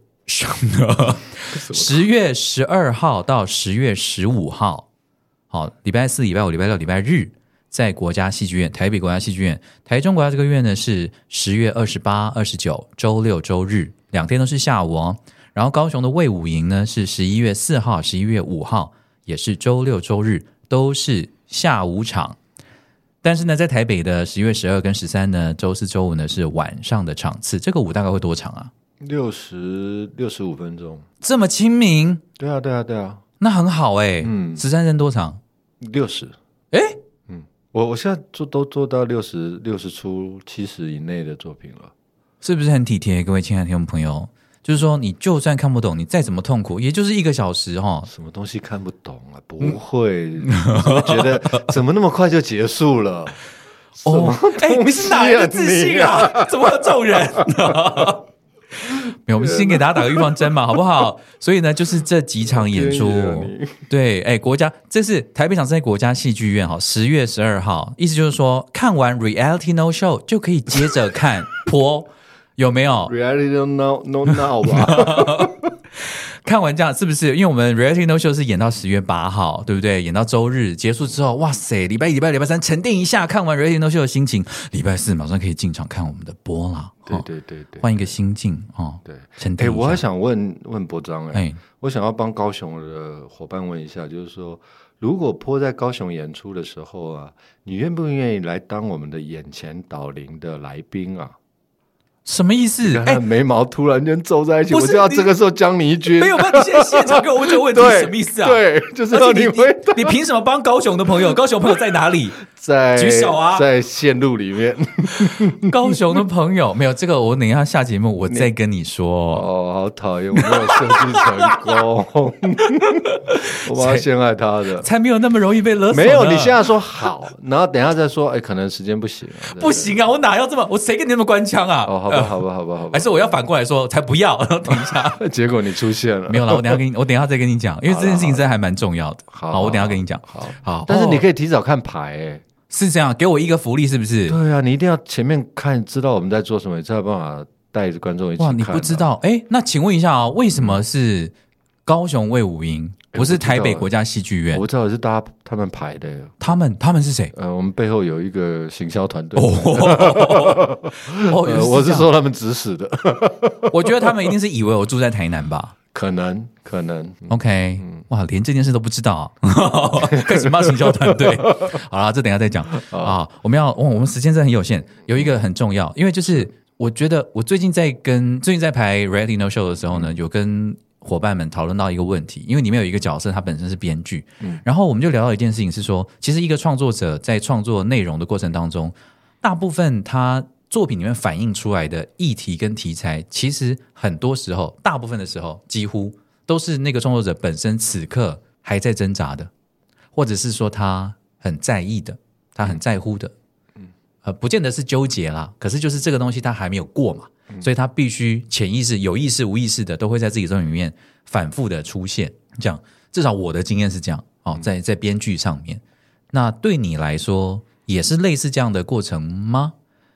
十月十二号到十月十五号，好，礼拜四、礼拜五、礼拜六、礼拜日。在国家戏剧院，台北国家戏剧院，台中国家这个院呢是十月二十八、二十九，周六周日两天都是下午哦。然后高雄的卫武营呢是十一月四号、十一月五号，也是周六周日都是下午场。但是呢，在台北的十月十二跟十三呢，周四周五呢是晚上的场次。这个舞大概会多长啊？ 六十六十五分钟， 这么亲民？ 对啊，对啊，对啊， 那很好哎、欸。嗯，十三人多长？ 六十。 哎。 我我现在做都做到六十六十出七十以内的作品了， 是不是很体贴？各位亲爱的听众朋友，就是说你就算看不懂，你再怎么痛苦，也就是一个小时哈。 什么东西看不懂啊？不会，嗯、我觉得怎么那么快就结束了？ 哦，哎、欸，你是哪来的自信啊？啊怎么有这种人、啊？没有，我们先给大家打个预防针嘛，好不好？所以呢，就是这几场演出，对，哎，国家这是台北场是在国家戏剧院哈，十月十二号，意思就是说看完 Reality No Show 就可以接着看坡，有没有 ？Reality No No Now 吧。 看完这样是不是？因为我们 Reality No Show 是演到十月八号，对不对？演到周日结束之后，哇塞，礼拜一、礼拜二、礼拜三沉淀一下，看完 Reality No Show 的心情，礼拜四马上可以进场看我们的播啦。 对对对对， 换一个心境哦。 对， 沉淀一下。 哎，我还想问问博章哎、欸，我想要帮高雄的伙伴问一下，就是说，如果坡在高雄演出的时候啊，你愿不愿意来当我们的眼前导聆的来宾啊？ 什么意思？ 哎，眉毛突然间皱在一起，我就要这个时候将你一军。 没有，你现在现场给我问这个问题，什么意思啊？ 对，就是要你回答。 你凭什么帮高雄的朋友？高雄朋友在哪里？ 在举手啊， 在线路里面。 高雄的朋友没有这个，我等一下下节目我再跟你说。 哦，好讨厌，我没有设计成功，我要陷害他的， 才没有那么容易被勒索。 没有，你现在说好，然后等一下再说，哎，可能时间不行啊， 不行啊，我哪要这么，我谁跟你那么官腔啊？ 哦，好吧，好吧，好吧，好吧， 还是我要反过来说，才不要，然后等一下， 结果你出现了， 没有啦，我等一下跟你，我等一下再跟你讲，因为这件事情真的还蛮重要的。好，好我等一下跟你讲。 好， 好， 但是你可以提早看牌，哎。 是这样，给我一个福利是不是？ 对啊，你一定要前面看，知道我们在做什么，你才有办法带着观众一起看、啊。 哇，你不知道？哎，那请问一下啊、哦，为什么是高雄卫武营，不是台北国家戏剧院？ 我不知道是大家他们排的。 他们他们是谁？ 呃，我们背后有一个行销团队。 哦，哦呃、我是说他们指使的。 我觉得他们一定是以为我住在台南吧。 可能，可能 ，OK，、嗯、哇，连这件事都不知道、啊，开始骂行销团队。好啦，这等一下再讲啊。我们要、哦，我们时间真的很有限，有一个很重要，因为就是我觉得我最近在跟最近在排 Reality No Show 的时候呢，有跟伙伴们讨论到一个问题，因为里面有一个角色，他本身是编剧，嗯、然后我们就聊到一件事情是说，其实一个创作者在创作内容的过程当中，大部分他作品里面反映出来的议题跟题材，其实很多时候，大部分的时候，几乎都是那个创作者本身此刻还在挣扎的，或者是说他很在意的，他很在乎的，嗯，呃，不见得是纠结啦，可是就是这个东西他还没有过嘛，嗯、所以他必须潜意识、有意识、无意识的都会在自己作品里面反复的出现。这样，至少我的经验是这样哦，在在编剧上面，那对你来说也是类似这样的过程吗？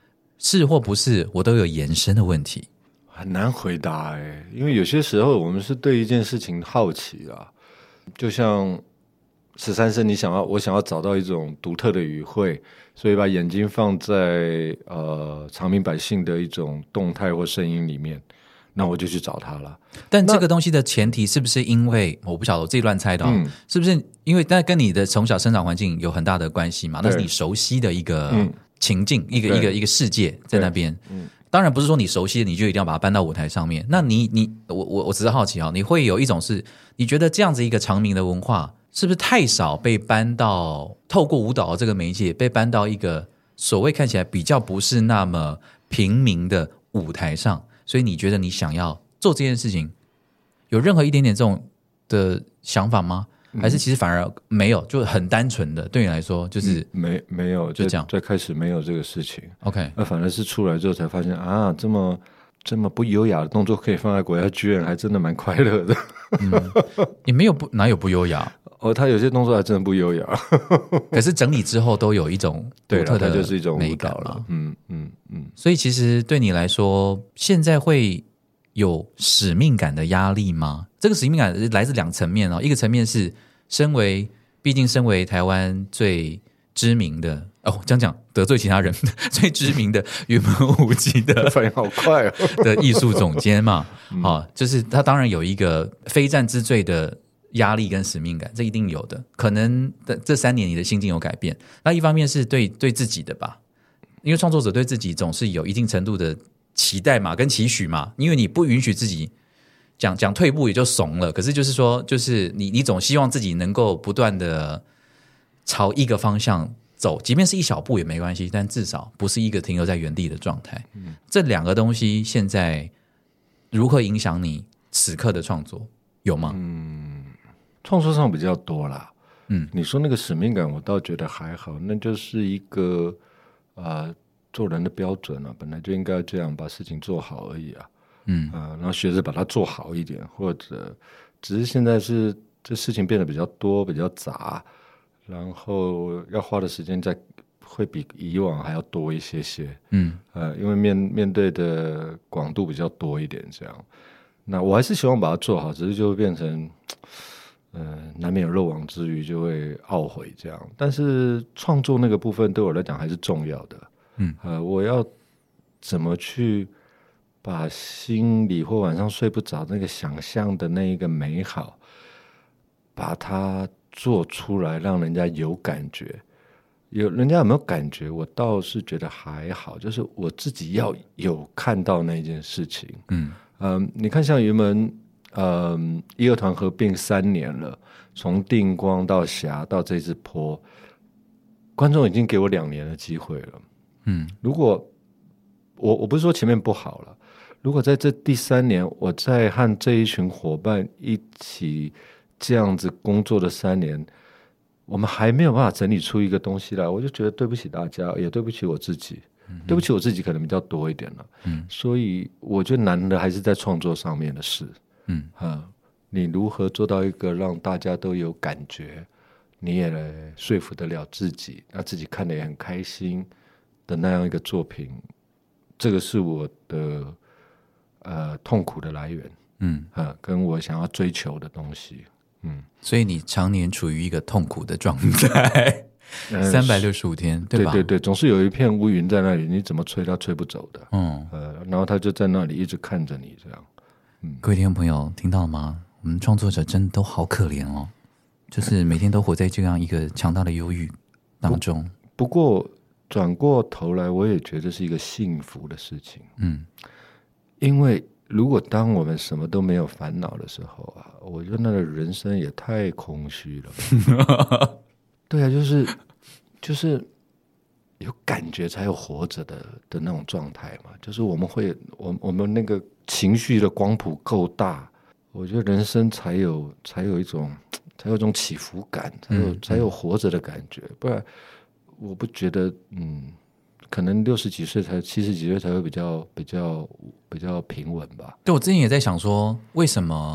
是或不是，我都有延伸的问题。 很难回答哎、欸，因为有些时候我们是对一件事情好奇啊，就像十三声，你想要我想要找到一种独特的语汇，所以把眼睛放在呃常民百姓的一种动态或声音里面，那我就去找它了。 但这个东西的前提是不是因为我不晓得，我自己乱猜的、哦嗯、是不是因为但跟你的从小生长环境有很大的关系嘛？那是你熟悉的一个情境，一个一个一个世界在那边。嗯，当然不是说你熟悉的你就一定要把它搬到舞台上面。那你你我我我只是好奇啊，你会有一种是你觉得这样子一个常民的文化是不是太少被搬到透过舞蹈的这个媒介被搬到一个所谓看起来比较不是那么平民的舞台上，所以你觉得你想要做这件事情有任何一点点这种的想法吗？还是其实反而没有，就很单纯的对你来说就是、嗯、 没没有就这样，在开始没有这个事情 OK， 那反而是出来之后才发现啊，这么这么不优雅的动作可以放在国家剧院，还真的蛮快乐的。 嗯，也没有不哪有不优雅哦，他有些动作还真的不优雅， 可是整理之后都有一种独特的美感嘛， 对，它就是一种舞蹈了。嗯嗯嗯， 所以其实对你来说，现在会有使命感的压力吗？这个使命感来自两层面哦，一个层面是身为，毕竟身为台湾最知名的哦，这样讲得罪其他人，最知名的云门舞集的反应好快哦的艺术总监嘛，嗯哦，就是他当然有一个非战之罪的压力跟使命感，这一定有的。可能这三年你的心境有改变，那一方面是对对自己的吧，因为创作者对自己总是有一定程度的期待嘛，跟期许嘛，因为你不允许自己讲讲退步也就怂了，可是就是说，就是你你总希望自己能够不断的朝一个方向走，即便是一小步也没关系，但至少不是一个停留在原地的状态。嗯，这两个东西现在如何影响你此刻的创作？有吗？ 嗯，创作上比较多啦。嗯，你说那个使命感，我倒觉得还好，那就是一个呃做人的标准啊，本来就应该这样把事情做好而已啊。嗯啊、呃，然后学着把它做好一点，或者只是现在是这事情变得比较多、比较杂，然后要花的时间在会比以往还要多一些些。嗯，呃，因为面面对的广度比较多一点，这样。那我还是希望把它做好，只是就会变成，呃，难免有漏网之鱼，就会懊悔这样。但是创作那个部分对我来讲还是重要的。嗯，呃，我要怎么去把心里或晚上睡不着那个想象的那一个美好，把它做出来，让人家有感觉。有人家有没有感觉？我倒是觉得还好，就是我自己要有看到那件事情。嗯嗯，你看像云门，嗯，一二团合并三年了，从定光到霞到这次坡，观众已经给我两年的机会了。嗯，如果我我不是说前面不好了。如果在这第三年，我再和这一群伙伴一起这样子工作的三年，我们还没有办法整理出一个东西来，我就觉得对不起大家，也对不起我自己。嗯、对不起我自己可能比较多一点了。嗯，所以我觉得难的还是在创作上面的事。嗯啊，你如何做到一个让大家都有感觉，你也说服得了自己，让自己看得也很开心的那样一个作品，这个是我的。呃，痛苦的来源，嗯，呃，跟我想要追求的东西，嗯， 所以你常年处于一个痛苦的状态，三百六十五天，对吧？ 对对对，总是有一片乌云在那里，你怎么吹它吹不走的，嗯，呃，然后它就在那里一直看着你，这样， 嗯，各位听众朋友，听到了吗？我们创作者真的都好可怜哦，就是每天都活在这样一个强大的忧郁当中。 不, 不过转过头来，我也觉得是一个幸福的事情，嗯。因为如果当我们什么都没有烦恼的时候啊，我觉得那个人生也太空虚了。对啊，就是就是有感觉才有活着的的那种状态嘛。就是我们会，我我们那个情绪的光谱够大，我觉得人生才有才有一种才有一种起伏感，才有、嗯、才有活着的感觉。不然我不觉得，嗯。可能六十几岁才七十几岁才会比较比较比较平稳吧。 对，我之前也在想说，为什么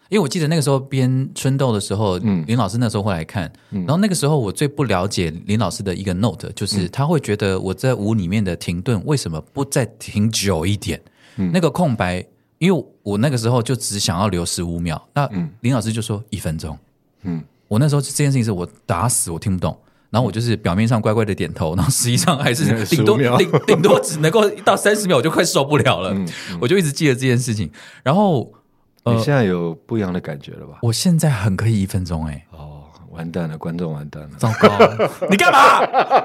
因为我记得那个时候编春豆的时候，嗯，林老师那时候会来看，嗯，然后那个时候我最不了解林老师的一个 note， 就是他会觉得我在舞里面的停顿为什么不再停久一点？嗯，那个空白，因为我那个时候就只想要留十五秒，那林老师就说一分钟，嗯，我那时候这件事情是我打死我听不懂。然后我就是表面上乖乖的点头，然后实际上还是顶多顶顶多只能够到三十秒，我就快受不了了。嗯嗯、我就一直记得这件事情。然后、 呃、你现在有不一样的感觉了吧？ 我现在很可以一分钟哎、欸。 哦，完蛋了，观众完蛋了， 糟糕！你干嘛？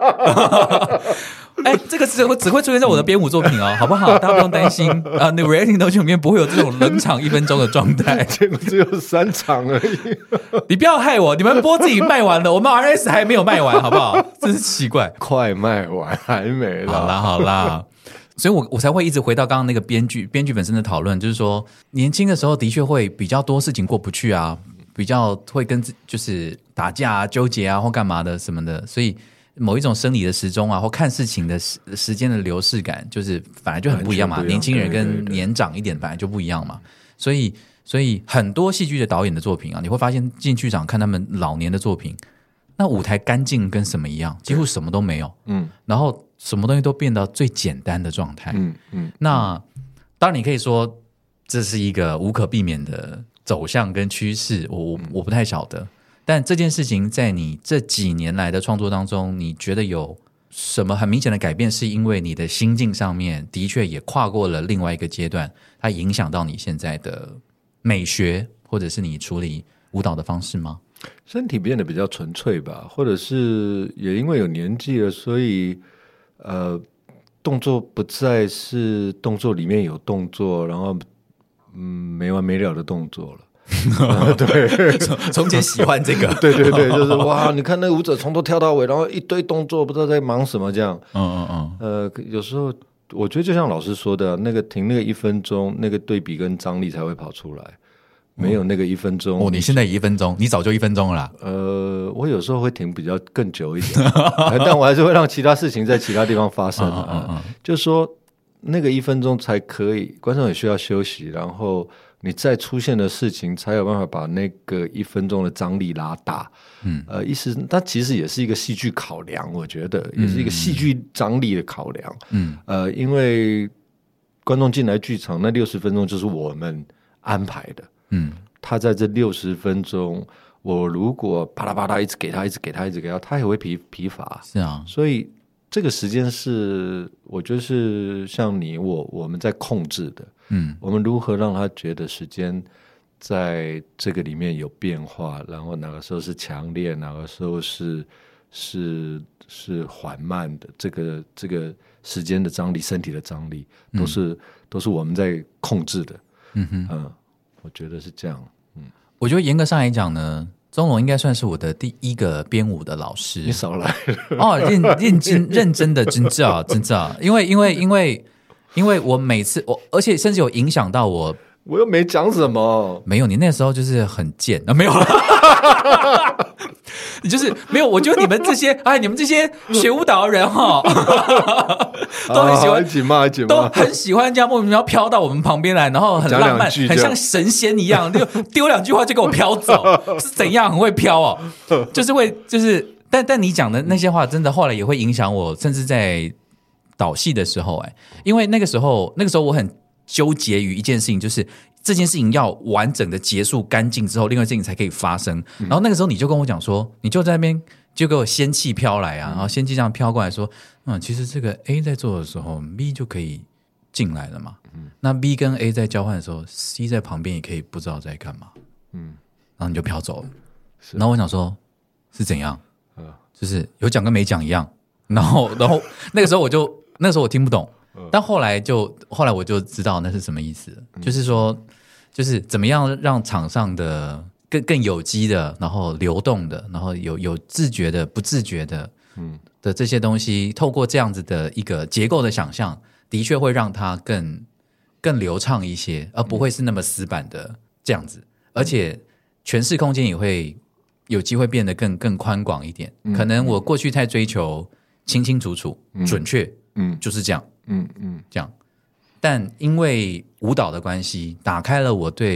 哎，这个只会只会出现在我的编舞作品哦，好不好？大家不用担心啊。那 reality talk show 里面不会有这种冷场一分钟的状态， 结果只有三场而已。 你不要害我，你们播自己卖完了，我们 R S 还没有卖完，好不好？真是奇怪， 快卖完还没了。 好啦好啦，所以我我才会一直回到刚刚那个编剧编剧本身的讨论，就是说年轻的时候的确会比较多事情过不去啊，比较会跟就是打架啊、纠结啊或干嘛的什么的，所以。某一种生理的时钟啊，或看事情的时时间的流逝感，就是本来就很不一样嘛。年轻人跟年长一点本来就不一样嘛，所以所以很多戏剧的导演的作品啊，你会发现进剧场看他们老年的作品，那舞台干净跟什么一样，几乎什么都没有，嗯，然后什么东西都变到最简单的状态，嗯嗯。那当然你可以说这是一个无可避免的走向跟趋势，我我不太晓得。但这件事情在你这几年来的创作当中，你觉得有什么很明显的改变？是因为你的心境上面的确也跨过了另外一个阶段，它影响到你现在的美学，或者是你处理舞蹈的方式吗？ 身体变得比较纯粹吧，或者是也因为有年纪了，所以呃，动作不再是动作里面有动作，然后嗯没完没了的动作了。对， 从前喜欢这个， 对对对，就是哇，你看那个舞者从头跳到尾，然后一堆动作，不知道在忙什么这样。嗯嗯嗯。呃，有时候我觉得就像老师说的，那个停那个一分钟，那个对比跟张力才会跑出来。没有那个一分钟， 哦，你现在也一分钟，你早就一分钟了啦。 呃，我有时候会停比较更久一点，但我还是会让其他事情在其他地方发生。嗯嗯嗯，就是说那个一分钟才可以，观众也需要休息，然后。你再出现的事情才有办法把那个一分钟的张力拉大，嗯，呃，意思它其实也是一个戏剧考量，我觉得也是一个戏剧张力的考量，嗯，呃，因为观众进来剧场那六十分钟就是我们安排的，嗯，他在这六十分钟，我如果啪啦啪啦一直给他，一直给他，一直给他，他也会疲疲乏， 是啊， 所以这个时间是我觉得是像你我我们在控制的。嗯，我们如何让他觉得时间在这个里面有变化，然后哪个时候是强烈，哪个时候是是是缓慢的，这个这个时间的张力、身体的张力，都是、嗯、都是我们在控制的。嗯哼，嗯，我觉得是这样。嗯， 我觉得严格上来讲呢，宗龙应该算是我的第一个编舞的老师。 你少来了哦，认认真认真的真照真照，因为因为因为。因为我每次我，而且甚至有影响到我， 我又没讲什么， 没有，你那时候就是很贱啊，没有了，你就是没有。我觉得你们这些，哎，你们这些学舞蹈的人哈，都很喜欢， 一起骂，一起骂， 都很喜欢这样莫名其妙飘到我们旁边来，然后很浪漫，很像神仙一样，就丢两句话就给我飘走，是怎样？很会飘哦，就是会，就是，但但你讲的那些话，真的后来也会影响我，甚至在。导戏的时候、欸、因为那个时候那个时候我很纠结于一件事情，就是这件事情要完整的结束干净之后，另外一件事情才可以发生、嗯、然后那个时候你就跟我讲说，你就在那边就给我仙气飘来啊、嗯、然后仙气这样飘过来说，嗯，其实这个 A 在做的时候 B 就可以进来了嘛、嗯、那 B 跟 A 在交换的时候 C 在旁边也可以不知道在干嘛，嗯，然后你就飘走了，然后我想说是怎样、嗯、就是有讲跟没讲一样，然后然后那个时候我就那时候我听不懂，但后来就后来我就知道那是什么意思、嗯、就是说就是怎么样让场上的更更有机的，然后流动的，然后有有自觉的不自觉的、嗯、的这些东西，透过这样子的一个结构的想象，的确会让它更更流畅一些，而不会是那么死板的这样子、嗯、而且诠释空间也会有机会变得更更宽广一点、嗯、可能我过去太追求清清楚楚、嗯、准确，嗯，就是这样，嗯嗯，这样。但因为舞蹈的关系，打开了我对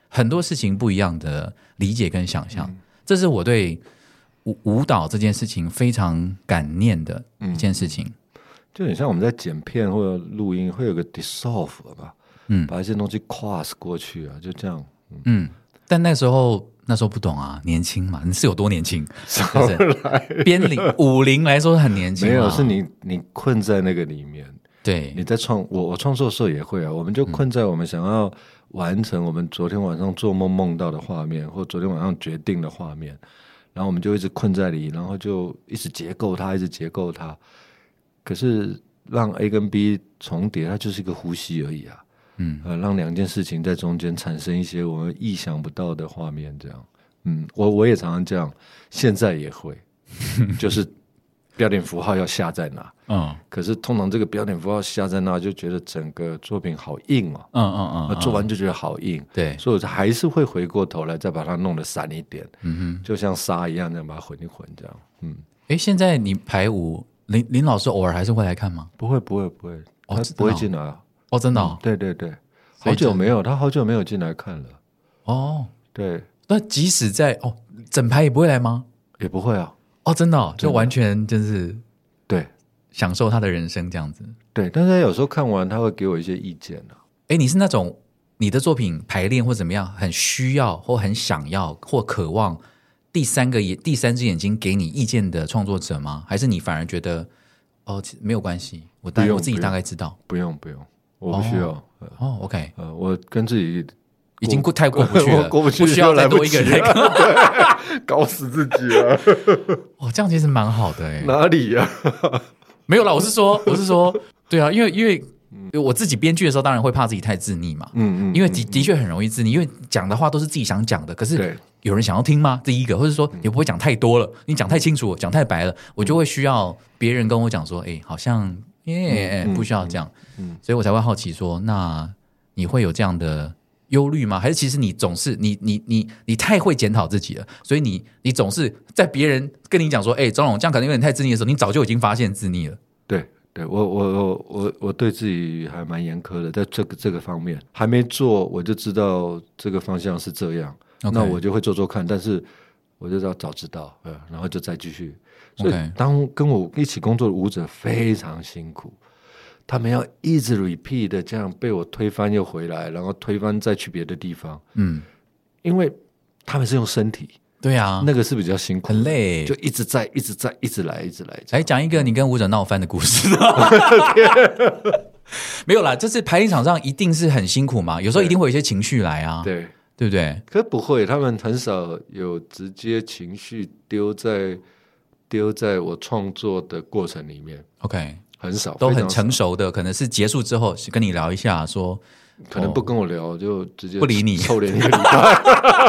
很多事情不一样的理解跟想象，嗯、这是我对舞舞蹈这件事情非常感念的一件事情。嗯、 就很像我们在剪片或者录音，会有个 dissolve 吧，嗯，把一些东西 cross 过去啊，就这样。嗯， 嗯但那时候那时候不懂啊，年轻嘛，你是有多年轻？就是编龄五零来说很年轻， 没有，是你你困在那个里面。 对， 你在创我我创作的时候也会啊，我们就困在我们想要完成我们昨天晚上做梦梦到的画面，或昨天晚上决定的画面，然后我们就一直困在里，然后就一直结构它，一直结构它。可是让 A 跟 B 重叠，它就是一个呼吸而已啊。嗯，呃，让两件事情在中间产生一些我们意想不到的画面，这样。嗯，我我也常常这样，现在也会，就是标点符号要下在哪。嗯，可是通常这个标点符号下在那，就觉得整个作品好硬哦。嗯嗯嗯，做完就觉得好硬。对，所以我还是会回过头来再把它弄得散一点。嗯哼，就像沙一样，这样把它混一混，这样。嗯， 哎，现在你排舞，林林老师偶尔还是会来看吗？ 不会，不会，不会，他不会进来啊。 哦，真的、哦嗯？对对对，好久没有，他好久没有进来看了。 哦， 对， 那即使在哦，整排也不会来吗？ 也不会啊。 哦，真的、哦，就完全就是对。 享受他的人生这样子， 对，但是他有时候看完他会给我一些意见啊。 哎，你是那种你的作品排练或怎么样，很需要或很想要或渴望第三个眼、第三只眼睛给你意见的创作者吗？还是你反而觉得哦没有关系，我大我自己大概知道， 不用不用，我不需要。哦, 哦 ，OK， 呃，我跟自己已经过太过不去了， 过不去， 不需要再多一个人搞死自己了。 哦，这样其实蛮好的哎。 哪里呀、 啊？没有啦，我是说，我是说，对啊，因为因为我自己编剧的时候，当然会怕自己太自溺嘛，嗯嗯，因为的的确很容易自溺，因为讲的话都是自己想讲的，可是有人想要听吗？第一个，或者说你不会讲太多了，你讲太清楚，讲太白了，我就会需要别人跟我讲说，哎，好像耶，不需要这样，嗯，所以我才会好奇说，那你会有这样的忧虑吗？还是其实你总是你你你你太会检讨自己了，所以你你总是在别人跟你讲说，哎，张龙这样可能有点太自溺的时候，你早就已经发现自溺了。 对，对我我我我我对自己还蛮严苛的，在这个这个方面还没做，我就知道这个方向是这样， okay. 那我就会做做看，但是我就要早知道，呃，然后就再继续。所以当跟我一起工作的舞者非常辛苦。他们要一直 repeat 的这样被我推翻又回来，然后推翻再去别的地方。嗯，因为他们是用身体， 对啊， 那个是比较辛苦， 很累， 就一直在一直在一直来一直来。 来讲一个你跟舞者闹翻的故事。没有啦，就是排练场上一定是很辛苦嘛，有时候一定会有一些情绪来啊， 对对不对？ 可不会，他们很少有直接情绪丢在丢在我创作的过程里面。 OK。 很少， 都很成熟的，可能是结束之后跟你聊一下说， 可能不跟我聊、哦、就直接不理你， 臭脸一个礼拜。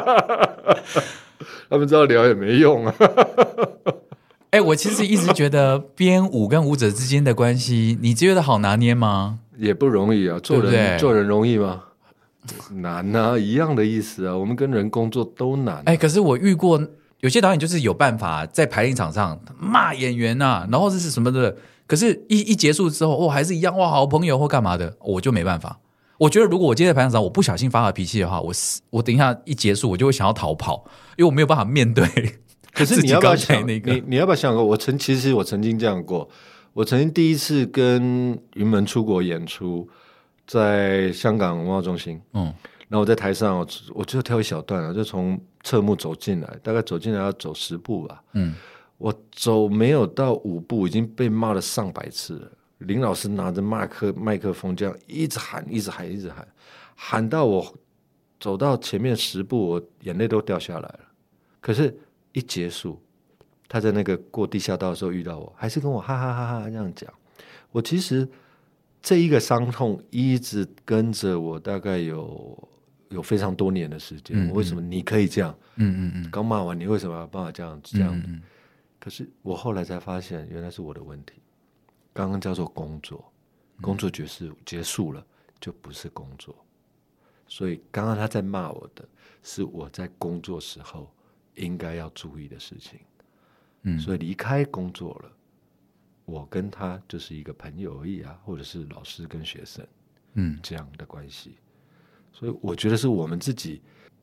他们知道聊也没用啊。 哎、欸，我其实一直觉得编舞跟舞者之间的关系，你觉得好拿捏吗？ 也不容易啊，做人对对做人容易吗？难啊，一样的意思啊。我们跟人工作都难、啊。 哎、欸，可是我遇过有些导演就是有办法在排练场上骂演员啊，然后这是什么的。可是一，一结束之后，哦，还是一样哇，好朋友或干嘛的，我就没办法。我觉得，如果我今天在排练场，我不小心发了脾气的话，我我等一下一结束，我就会想要逃跑，因为我没有办法面对。 可是你要不要想那个？你你要不要想过？我曾其实我曾经这样过。我曾经第一次跟云门出国演出，在香港文化中心，嗯，然后我在台上，我我就跳一小段啊，就从侧幕走进来，大概走进来要走十步吧，嗯。我走没有到五步，已经被骂了上百次了。林老师拿着麦克麦克风，这样一直喊，一直喊，一直喊，喊到我走到前面十步，我眼泪都掉下来了。可是，一结束，他在那个过地下道的时候遇到我，还是跟我哈哈哈哈这样讲。我其实这一个伤痛一直跟着我，大概有有非常多年的时间。嗯嗯为什么你可以这样？嗯嗯嗯，刚骂完你为什么要办法这样这样？嗯嗯可是我后来才发现，原来是我的问题。刚刚叫做工作，工作结束结束了，就不是工作。所以刚刚他在骂我的，是我在工作时候应该要注意的事情。嗯，所以离开工作了，我跟他就是一个朋友而已啊，或者是老师跟学生，嗯，这样的关系。所以我觉得是我们自己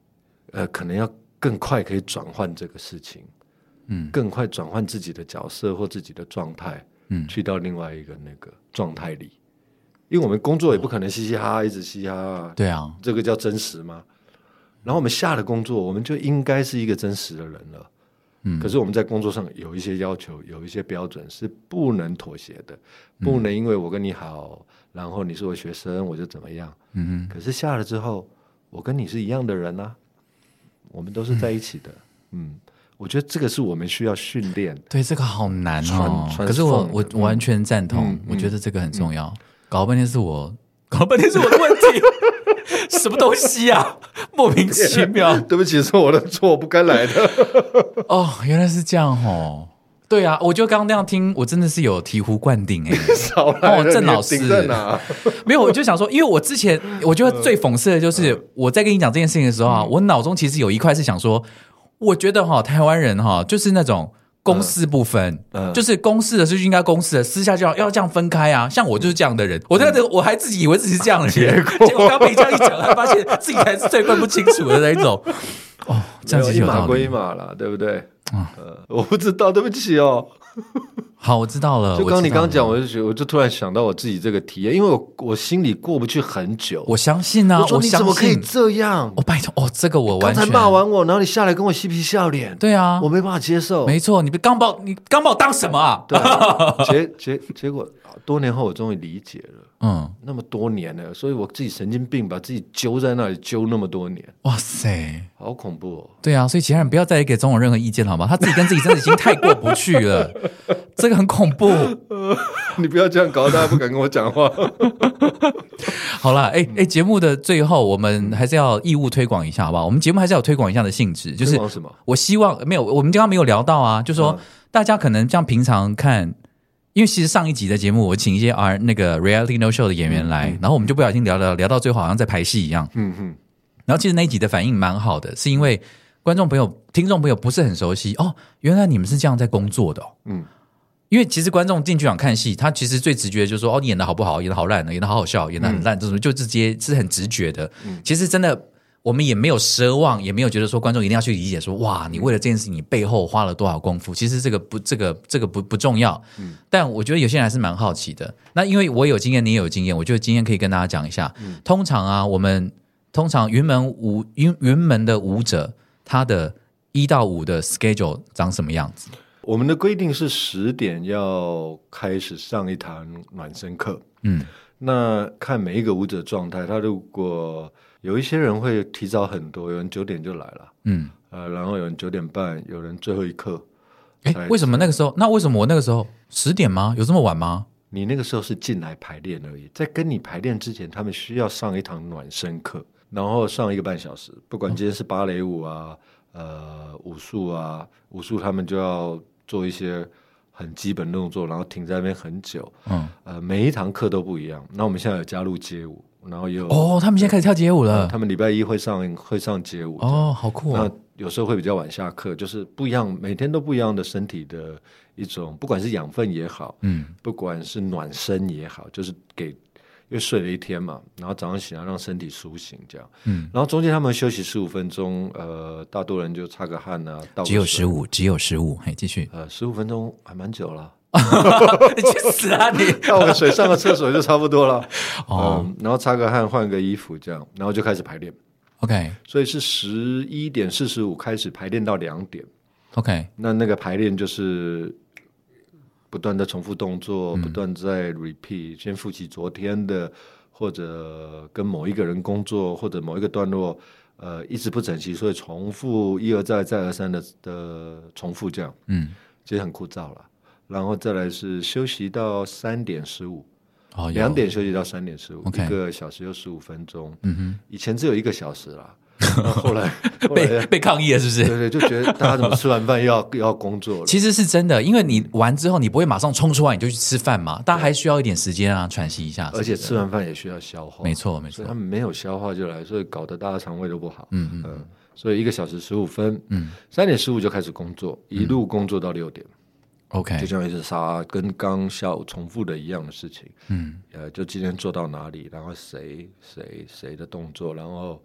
呃，可能要更快可以转换这个事情，嗯，更快转换自己的角色或自己的状态，嗯，去到另外一个那个状态里。因为我们工作也不可能嘻嘻哈哈一直嘻嘻哈哈， 对啊， 这个叫真实吗？然后我们下了工作，我们就应该是一个真实的人了。嗯，可是我们在工作上有一些要求，有一些标准是不能妥协的，不能因为我跟你好，然后你是我学生，我就怎么样。嗯，可是下了之后，我跟你是一样的人啊，我们都是在一起的。嗯，嗯我觉得这个是我们需要训练的。 对，这个好难哦。可是我我我完全赞同、嗯，我觉得这个很重要。嗯、搞了半天是我，搞了半天是我的问题。什么东西啊？莫名其妙。 对不起，是我的错，我不该来的。 哦，原来是这样哦。对啊，我就刚刚那样听，我真的是有醍醐灌顶哎、欸。 少来了， 哦，郑老师在哪？ 没有，我就想说，因为我之前我觉得最讽刺的就是，嗯、我在跟你讲这件事情的时候啊，嗯、我脑中其实有一块是想说，我觉得哈，台湾人哈，就是那种。公私不分、嗯嗯，就是公事的事就应该公事的，私下就要要这样分开啊。像我就是这样的人，我在这我还自己以为自己是这样的人，结果结果刚被你这样一讲，才发现自己才是最分不清楚的那一种。哦，这样子有道理， 一码归一码啦，对不对？嗯、呃，我不知道，对不起哦。 好，我知道了。 就刚你刚刚讲，我就觉得，我就突然想到我自己这个体验，因为我我心里过不去很久。 我相信啊， 我说你怎么可以这样？ 哦，拜托，哦，这个我完全刚才骂完我，然后你下来跟我嬉皮笑脸， 对啊， 我没办法接受。 没错，你刚把你刚把我当什么啊？ 对，结结结果多年后我终于理解了。嗯，那么多年了，所以我自己神经病，把自己揪在那里揪那么多年。 哇塞， 好恐怖哦！ 对啊，所以其他人不要再给总统任何意见了，好吗？他自己跟自己真的已经太过不去了，这个很恐怖。 呃、你不要这样搞，大家不敢跟我讲话。 好啦，哎、欸、哎、欸，节目的最后，我们还是要义务推广一下，好不好？我们节目还是要有推广一下的性质，就是什么？ 我希望没有，我们刚刚没有聊到啊，就是说、嗯、大家可能像平常看。因为其实上一集的节目，我请一些 R 那个 Reality No Show 的演员来，嗯嗯、然后我们就不小心聊聊聊到最后，好像在排戏一样。嗯嗯。然后其实那一集的反应蛮好的，是因为观众朋友、听众朋友不是很熟悉哦，原来你们是这样在工作的、哦。嗯。因为其实观众进剧场看戏，他其实最直觉的就是说，哦，你演的好不好，演的好烂的，演的好好笑，演的很烂，这种、嗯、就直接是很直觉的。嗯。其实真的。我们也没有奢望，也没有觉得说观众一定要去理解说，哇，你为了这件事情你背后花了多少功夫。其实这个不，这个这个不不重要。嗯，但我觉得有些人还是蛮好奇的。那因为我有经验，你也有经验，我觉得今天可以跟大家讲一下。嗯、通常啊，我们通常云门舞云云门的舞者，他的一到五的 schedule 长什么样子？ 我们的规定是十点要开始上一堂暖身课。嗯，那看每一个舞者状态，他如果有一些人会提早很多，有人九点就来了，嗯，呃，然后有人九点半，有人最后一刻。 哎，为什么那个时候？那为什么我那个时候十点吗？有这么晚吗？ 你那个时候是进来排练而已，在跟你排练之前，他们需要上一堂暖身课，然后上一个半小时，不管今天是芭蕾舞啊，呃，武术啊，武术他们就要做一些很基本动作，然后停在那边很久，嗯，呃，每一堂课都不一样。那我们现在有加入街舞。然后也有哦，他们现在开始跳街舞了。 呃、他们礼拜一会上会上街舞哦，好酷哦。 那有时候会比较晚下课，就是不一样，每天都不一样的身体的一种，不管是养分也好，嗯，不管是暖身也好，就是给因为睡了一天嘛，然后早上醒来让身体苏醒这样，嗯，然后中间他们休息十五分钟，呃，大多人就擦个汗啊，倒个水。 只有十五，只有十五，嘿，继续。 呃，十五分钟还蛮久了。 你去死啊你！ 倒个水上个厕所就差不多了。哦、嗯，然后擦个汗换个衣服这样，然后就开始排练。 OK， 所以是十一点四十五开始排练到两点。 OK， 那那个排练就是不断的重复动作，嗯、不断在 repeat， 先复习昨天的，或者跟某一个人工作，或者某一个段落，呃，一直不整齐，所以重复一而再再而三的的重复这样。嗯，其实很枯燥了。然后再来是休息到三点十五，哦，两点休息到三点十五，一个小时又十五分钟。嗯哼，以前只有一个小时啦，后来被被抗议了，是不是？ 对对，就觉得大家怎么吃完饭又要又要工作了。 其实是真的，因为你完之后你不会马上冲出来你就去吃饭嘛，大家还需要一点时间啊，喘息一下。 而且吃完饭也需要消化， 没错没错。 所以他们没有消化就来，所以搞得大家肠胃都不好。嗯嗯嗯、呃，所以一个小时十五分，嗯，三点十五就开始工作，一路工作到六点。 OK， 就像一直杀跟刚下午重复的一样的事情，嗯，呃，就今天做到哪里，然后谁谁谁的动作，然后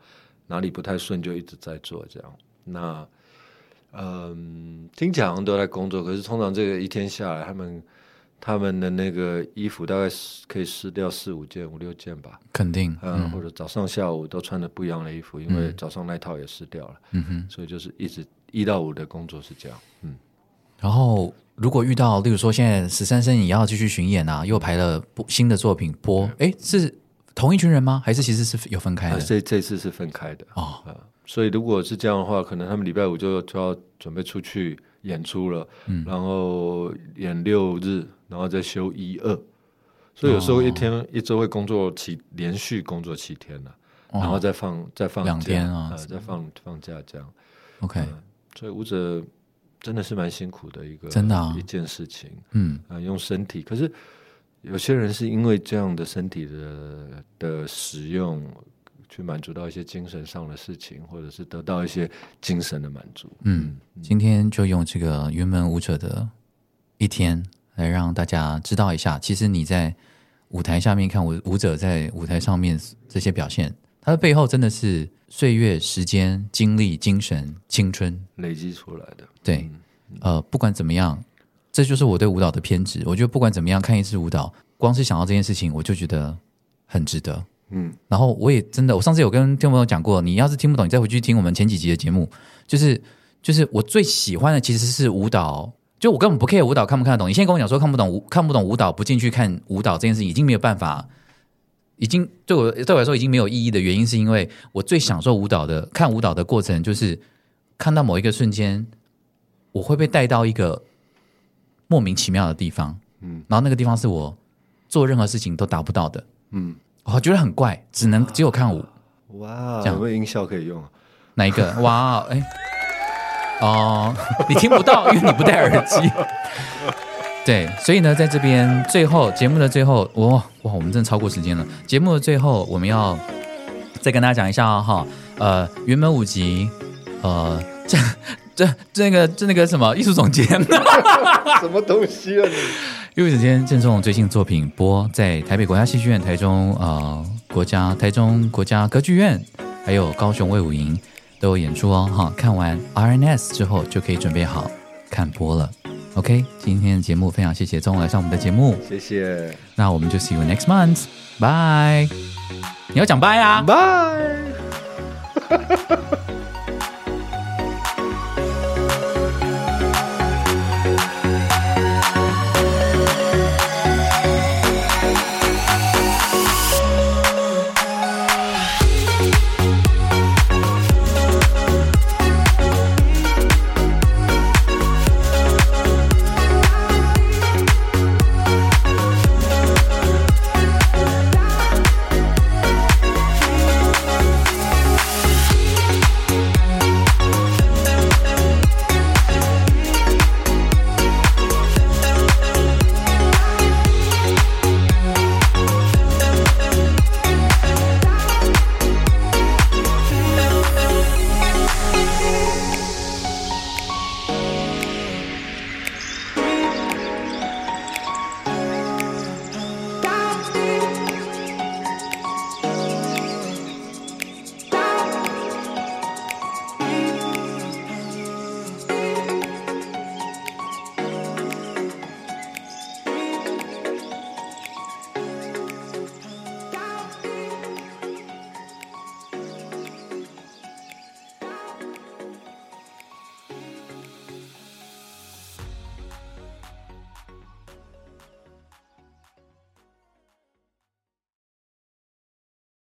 哪里不太顺就一直在做这样。那嗯，听起来好像都在工作，可是通常这个一天下来，他们他们的那个衣服大概可以湿掉四五件、五六件吧， 肯定， 嗯，嗯或者早上下午都穿的不一样的衣服，因为早上那套也湿掉了， 嗯哼， 所以就是一直一到五的工作是这样，嗯。 然后如果遇到，例如说现在十三生也要继续巡演啊，又排了新的作品播，哎，是同一群人吗？还是其实是有分开的？ 啊、这这次是分开的哦、 啊，所以如果是这样的话，可能他们礼拜五就就要准备出去演出了，嗯，然后演六日，然后再休一二，所以有时候一天、哦、一周会工作七连续工作七天了、啊哦，然后再放再放两天啊， 呃、再放放假这样。 OK，、 嗯、所以舞者真的是蛮辛苦的一个真的、啊、 一件事情， 嗯啊、呃，用身体，可是有些人是因为这样的身体的的使用，去满足到一些精神上的事情，或者是得到一些精神的满足。 嗯，今天就用这个云门舞者的一天来让大家知道一下，其实你在舞台下面看舞舞者在舞台上面这些表现，它的背后真的是岁月、时间、精力、精神、青春累积出来的。 对，呃，不管怎么样，这就是我对舞蹈的偏执。我觉得不管怎么样，看一次舞蹈，光是想到这件事情，我就觉得很值得。嗯，然后我也真的，我上次有跟听众朋友讲过，你要是听不懂，你再回去听我们前几集的节目。就是就是我最喜欢的其实是舞蹈，就我根本不 care 舞蹈看不看得懂。你现在跟我讲说看不懂舞看不懂舞蹈，不进去看舞蹈这件事情，已经没有办法，已经对我对我来说已经没有意义的原因，是因为我最享受舞蹈的看舞蹈的过程，就是看到某一个瞬间，我会被带到一个莫名其妙的地方，嗯，然后那个地方是我做任何事情都达不到的，嗯。我觉得很怪，只能只有看舞。 哇，有没有音效可以用啊？ 哪一个？哇，哎，哦，你听不到，因为你不戴耳机。对，所以呢，在这边最后节目的最后，哇哇，我们真的超过时间了。节目的最后，我们要再跟大家讲一下哈、哦，呃，云门舞集，呃，这这这个这那个什么艺术总监， 什么东西啊你？ 艺术总监郑重最新作品播在台北国家戏剧院、台中呃国家台中国家歌剧院，还有高雄卫武营都有演出哦哈。看完 R N S 之后就可以准备好看播了。OK， 今天的节目非常谢谢钟来上我们的节目， 谢谢。 那我们就 see you next month， bye。你要讲 bye 啊 ，bye。